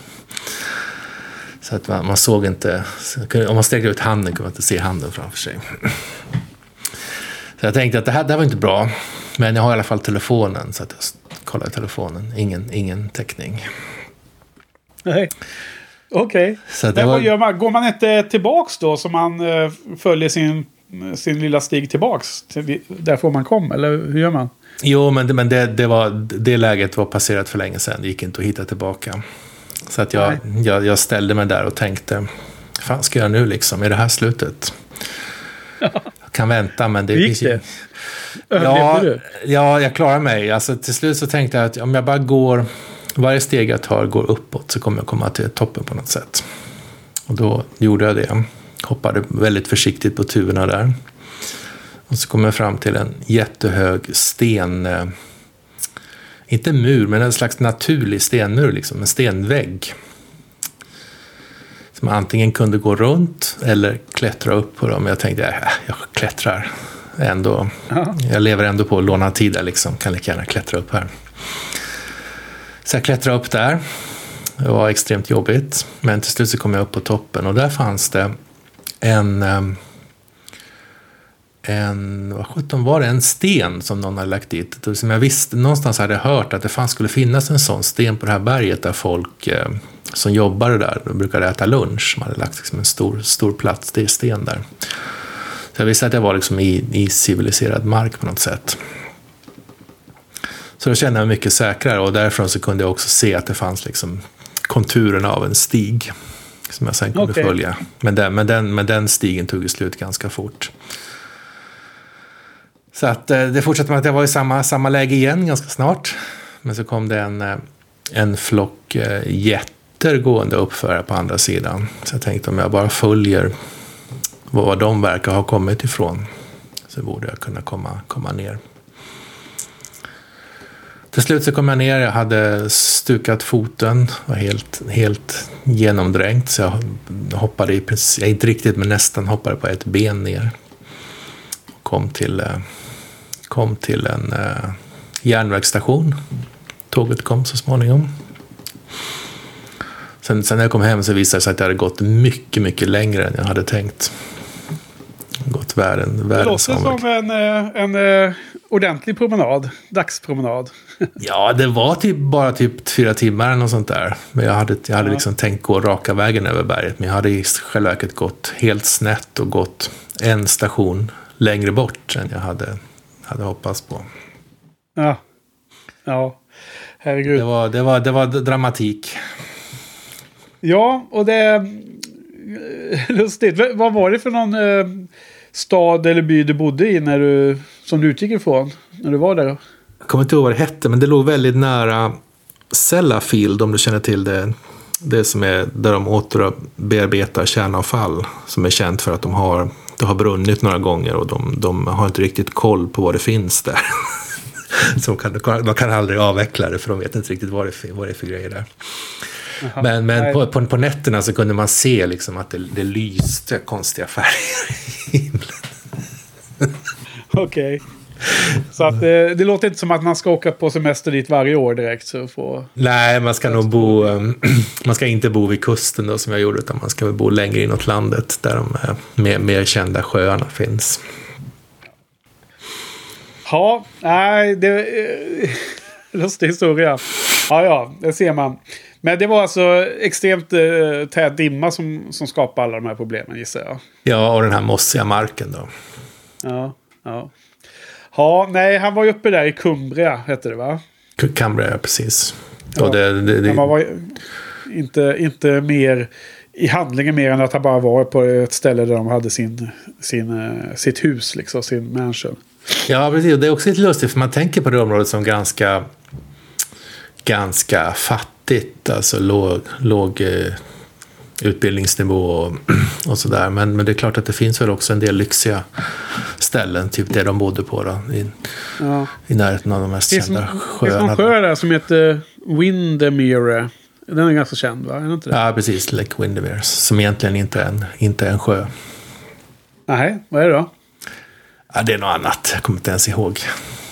Så att man såg inte, om man sträckte ut handen kunde man inte se handen framför sig. Så jag tänkte att det här var inte bra, men jag har i alla fall telefonen, så att jag kollar i telefonen. Ingen täckning. Nej. Okej. Men vad gör man? Går man inte tillbaks då, så man följer sin lilla stig tillbaks till där får man komma, eller hur gör man? Jo, men det läget var passerat för länge sedan. Det gick inte att hitta tillbaka. Så att jag ställde mig där och tänkte, fan ska jag nu liksom? Är det här slutet? Jag kan vänta, men det gick det? Ja, jag klarar mig. Alltså, till slut så tänkte jag att om jag bara går, varje steg jag tar går uppåt, så kommer jag komma till toppen på något sätt. Och då gjorde jag det. Hoppade väldigt försiktigt på tuvorna där. Och så kom jag fram till en jättehög sten, inte mur, men en slags naturlig stenmur, liksom, en stenvägg. Som antingen kunde gå runt eller klättra upp på dem. Jag tänkte, jag klättrar ändå. Jag lever ändå på lånad tid där, liksom. Kan lika gärna klättra upp här. Så jag klättrade upp där. Det var extremt jobbigt. Men till slut så kom jag upp på toppen. Och där fanns det vad sjutton var det? En sten som någon hade lagt dit. Som jag visste, någonstans hade jag hört att det skulle finnas en sån sten på det här berget där folk som jobbade där, de brukade äta lunch. Man hade lagt liksom en stor plats, det är sten där. Så jag visste att jag var liksom i civiliserad mark på något sätt. Så då kände jag mig mycket säkrare, och därifrån så kunde jag också se att det fanns liksom konturerna av en stig som jag sen kunde följa. Men den stigen tog ju slut ganska fort. Så att det fortsatte med att jag var i samma läge igen ganska snart. Men så kom det en flock getter gående uppför på andra sidan. Så jag tänkte, om jag bara följer var de verkar ha kommit ifrån, så borde jag kunna komma ner. Till slut så kom jag ner, jag hade stukat foten, var helt genomdränkt, så jag hoppade inte riktigt, men nästan hoppade på ett ben ner. Kom till en järnvägsstation. Tåget kom så småningom. Sen när jag kom hem så visade det sig att jag hade gått mycket, mycket längre än jag hade tänkt. Gått världen. Det låter som en ordentlig promenad. Dagspromenad. Ja, det var bara 4 timmar eller något sånt där. Men jag hade liksom tänkt gå raka vägen över berget. Men jag hade i själva verket gått helt snett och gått en station längre bort än jag hade hoppats på. Ja. Herregud. Det var dramatik. Ja, och det är lustigt. Vad var det för någon stad eller by du bodde i som du utgick ifrån när du var där? Jag kommer inte ihåg vad det hette, men det låg väldigt nära Sellafield, om du känner till det. Det som är där de återbearbetar kärnavfall, som är känt för att det har brunnit några gånger, och de har inte riktigt koll på vad det finns där. Så de kan aldrig avveckla det, för de vet inte riktigt vad det är för grejer där. Jaha, men på nätterna så kunde man se liksom att det lyste konstiga färger i himlen. Okej. Så att det låter inte som att man ska åka på semester dit varje år direkt. Nej, man ska nog man ska inte bo vid kusten då, som jag gjorde, utan man ska bo längre inåt landet där de mer kända sjöarna finns. Ja, nej, det är lustig historia. Ja, det ser man. Men det var alltså extremt tät dimma som skapade alla de här problemen, gissar jag. Ja, och den här mossiga marken då. Ja. Ja, nej, han var ju uppe där i Cumbria, hette det, va? Cumbria, precis. Ja. Och man var inte mer i handlingen mer än att han bara var på ett ställe där de hade sitt hus, liksom, sin mansion. Ja, precis. Det är också lite lustigt, för man tänker på det området som ganska fattigt, alltså låg utbildningsnivå och sådär. Men det är klart att det finns väl också en del lyxiga ställen, typ det de bodde på då, i närheten av de mest kända sjöarna. Det är en sjö där som heter Windermere. Den är ganska känd, va? Är det inte det? Ja, precis. Lake Windermere, som egentligen inte är en sjö. Nej, vad är det då? Ja, det är något annat. Jag kommer inte ens ihåg.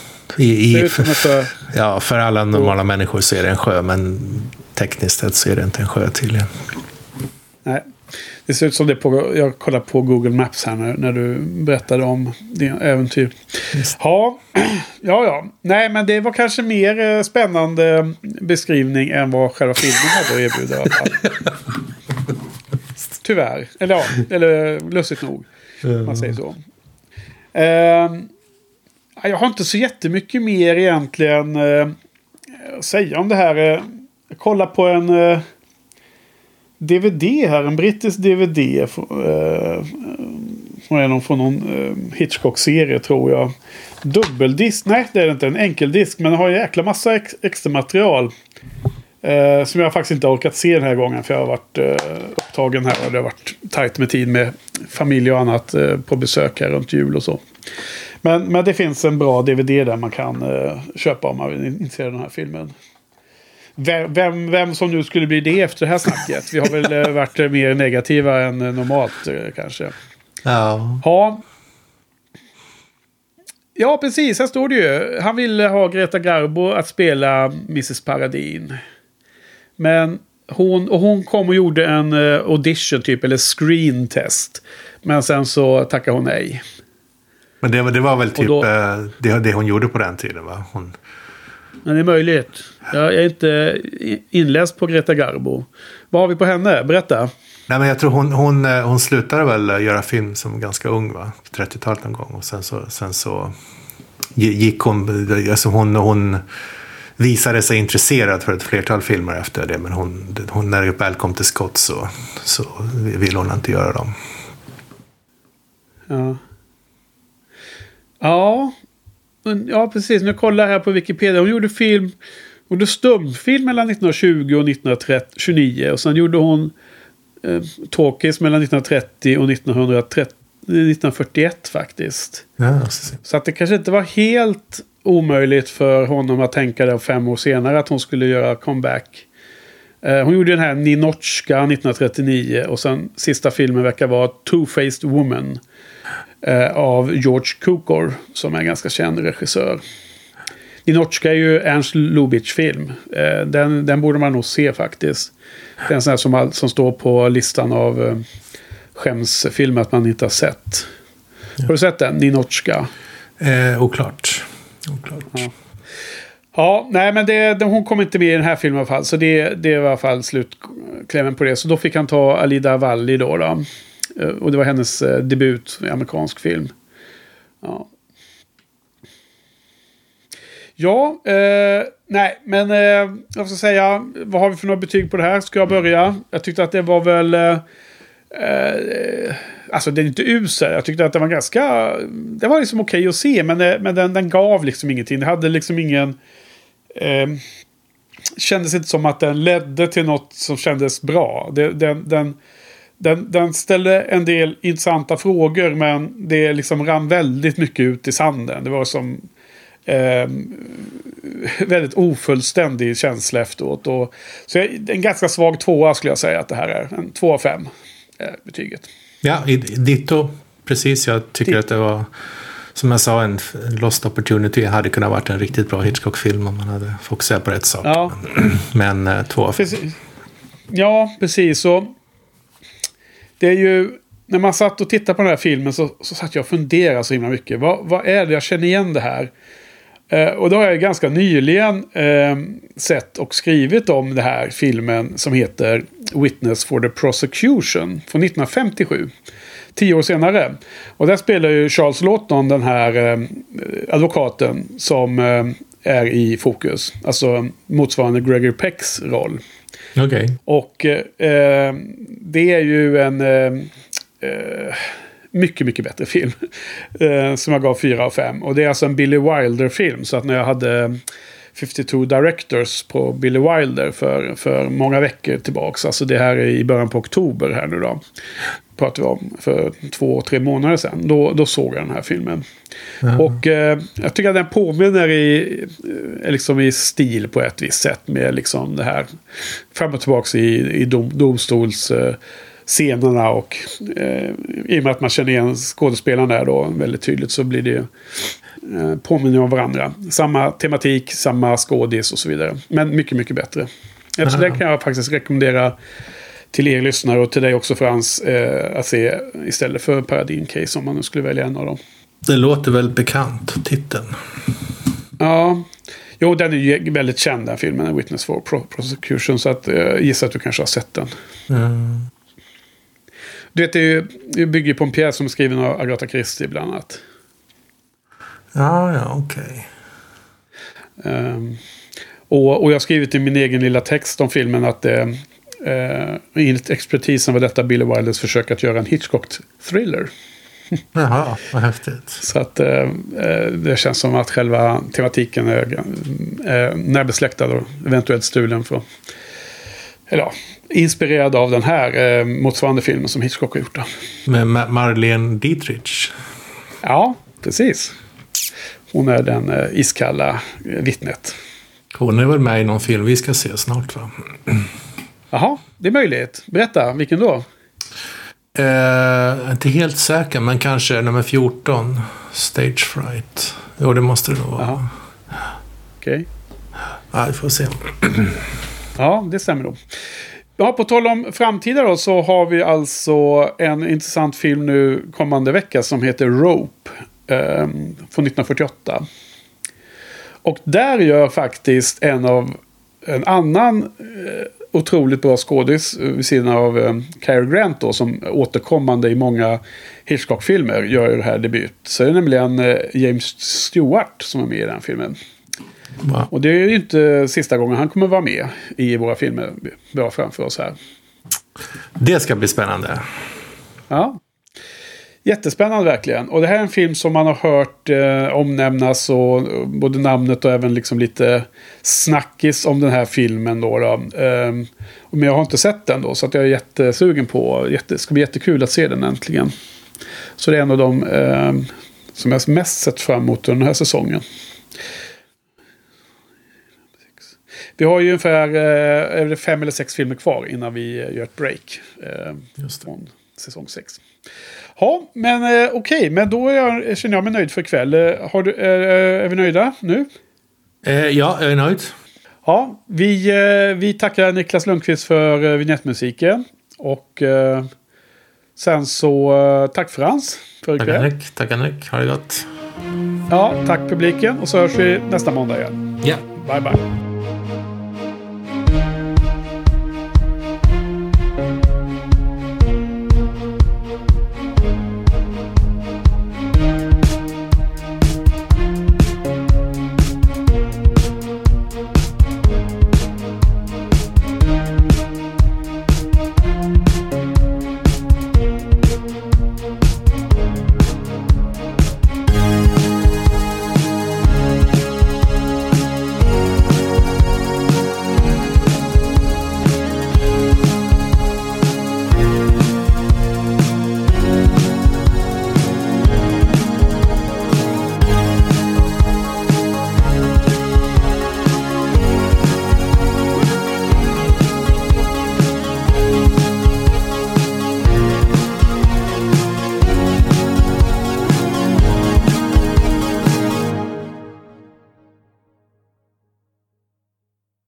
För alla normala människor så är det en sjö, men tekniskt sett så är det inte en sjö tydligen. Nej. Det ser ut som det jag kollar på Google Maps här när du berättade om din äventyr. Ja. Nej, men det var kanske mer spännande beskrivning än vad själva filmen hade att erbjuda i alla fall. Tyvärr. Eller lustigt nog. Man säger så. Jag har inte så jättemycket mer egentligen att säga om det här. Jag kollar på en DVD här, en brittisk DVD som är någon från någon Hitchcock-serie, tror jag. Dubbeldisk, nej det är inte, en enkeldisk, men den har en jäkla massa extra material som jag faktiskt inte har orkat se den här gången, för jag har varit upptagen här och det har varit tajt med tid med familj och annat på besök här runt jul och så. Men det finns en bra DVD där man kan köpa om man vill se den här filmen. Vem som nu skulle bli det efter det här snacket? Vi har väl varit mer negativa än normalt kanske. Ja. Ja, precis. Här står det ju. Han ville ha Greta Garbo att spela Mrs. Paradine. Men hon kom och gjorde en audition typ, eller screen test. Men sen så tackade hon nej. Men det var väl typ det hon gjorde på den tiden, va? Men det är möjligt. Jag är inte inläst på Greta Garbo. Vad har vi på henne? Berätta. Nej, men jag tror hon slutade väl göra film som ganska ung, va? På 30-talet någon gång. Och sen så gick hon... Alltså hon visade sig intresserad för ett flertal filmer efter det. Men hon när det väl kom till skott så ville hon inte göra dem. Ja, precis. Nu kollar jag här på Wikipedia. Hon gjorde stumfilm mellan 1920 och 1929. Och sen gjorde hon talkies mellan 1930 och 1941 faktiskt. Ja, så att det kanske inte var helt omöjligt för honom att tänka det 5 år senare att hon skulle göra comeback. Hon gjorde den här Ninotchka 1939 och sen sista filmen verkar vara Two-Faced Woman av George Cukor som är en ganska känd regissör. Ninotchka är ju Ernst Lubitsch-film. Den borde man nog se faktiskt. Det är en sån här som står på listan av skämsfilmer att man inte har sett. Har du sett den? Ninotchka? Oklart. Ja, nej men hon kom inte med i den här filmen i alla fall. Så det var i alla fall slutklämmen på det. Så då fick han ta Alida Valli då. Och det var hennes debut i amerikansk film. Nej, men jag ska säga, vad har vi för några betyg på det här? Ska jag börja? Jag tyckte att det var väl... alltså det är inte usel. Jag tyckte att det var ganska... Det var liksom okej att se, men den gav liksom ingenting. Det hade liksom ingen... kändes inte som att den ledde till något som kändes bra. Den ställde en del intressanta frågor, men det liksom rann väldigt mycket ut i sanden. Det var som väldigt ofullständig känsla efteråt. Så en ganska svag 2 skulle jag säga att det här är. En 2 av 5 betyget. Ja, ditto. Precis, jag tycker att det var, som jag sa, en lost opportunity. Hade kunnat varit en riktigt bra Hitchcock-film om man hade fokuserat på rätt sak. Ja. Men 2 av 5. Ja, precis. Så det är ju, när man satt och tittade på den här filmen så satt jag och funderade så himla mycket. Vad är det jag känner igen det här? Och då har jag ganska nyligen sett och skrivit om det här filmen som heter Witness for the Prosecution från 1957. 10 år senare. Och där spelar ju Charles Lawton den här advokaten som är i fokus. Alltså motsvarande Gregory Pecks roll. Okay. Och det är ju en mycket, mycket bättre film som jag gav 4 av 5. Och det är alltså en Billy Wilder-film. Så att när jag hade 52 Directors på Billy Wilder för många veckor tillbaks. Alltså det här är i början på oktober här nu då. Pratar vi om för 2-3 månader sedan. Då såg jag den här filmen. Mm. Och jag tycker att den påminner liksom i stil på ett visst sätt med liksom det här fram och tillbaka i domstolsscenerna och i och med att man känner igen skådespelarna där då väldigt tydligt så blir det påminner om varandra. Samma tematik, samma skådis och så vidare. Men mycket, mycket bättre. Så den kan jag faktiskt rekommendera till er lyssnare och till dig också Frans att se istället för Paradine Case om man nu skulle välja en av dem. Det låter väl bekant, titeln. Ja, jo den är ju väldigt känd den filmen, Witness for Prosecution, så att gissar att du kanske har sett den. Mm. Du vet, det bygger på en pjäs som är skriven av Agatha Christie bland annat. Ja, okej. Och jag har skrivit i min egen lilla text om filmen att enligt expertisen var detta Billy Wilders försök att göra en Hitchcock-thriller. Jaha, vad häftigt. Så att det känns som att själva tematiken är närbesläktad och eventuellt stulen från, eller ja, inspirerad av den här motsvarande filmen som Hitchcock har gjort. Med Marlene Dietrich. Ja, precis. Hon är den iskalla vittnet. Hon är väl med i någon film vi ska se snart, va? Jaha, det är möjligt. Berätta, vilken då? Inte helt säker, men kanske nummer 14. Stage Fright. Jo, det måste det nog vara. Okej. Ja, vi får se. Ja, det stämmer då. Ja, på tal om framtida då, så har vi alltså en intressant film nu kommande vecka som heter Rope från 1948. Och där gör faktiskt en annan otroligt bra skådis vid sidan av Cary Grant då, som återkommande i många Hitchcock-filmer gör det här debut. Så det är nämligen James Stewart som är med i den filmen. Wow. Och det är ju inte sista gången han kommer vara med i våra filmer vi har framför oss här. Det ska bli spännande. Ja. Jättespännande verkligen. Och det här är en film som man har hört omnämnas, och både namnet och även liksom lite snackis om den här filmen då. Men jag har inte sett den då, så att jag är jättesugen på. Det ska bli jättekul att se den äntligen. Så det är en av de som jag mest sett fram emot den här säsongen. Vi har ju ungefär 5 eller 6 filmer kvar innan vi gör ett break från säsong 6. Ja, men okej. Men då känner jag mig nöjd för ikväll. Är vi nöjda nu? Ja, jag är nöjd. Ja, vi tackar Niklas Lundqvist för vignettmusiken. Och sen så tack Frans för ikväll. Tack Nick. Ha det gott. Ja, tack publiken. Och så hörs vi nästa måndag igen. Ja. Bye bye.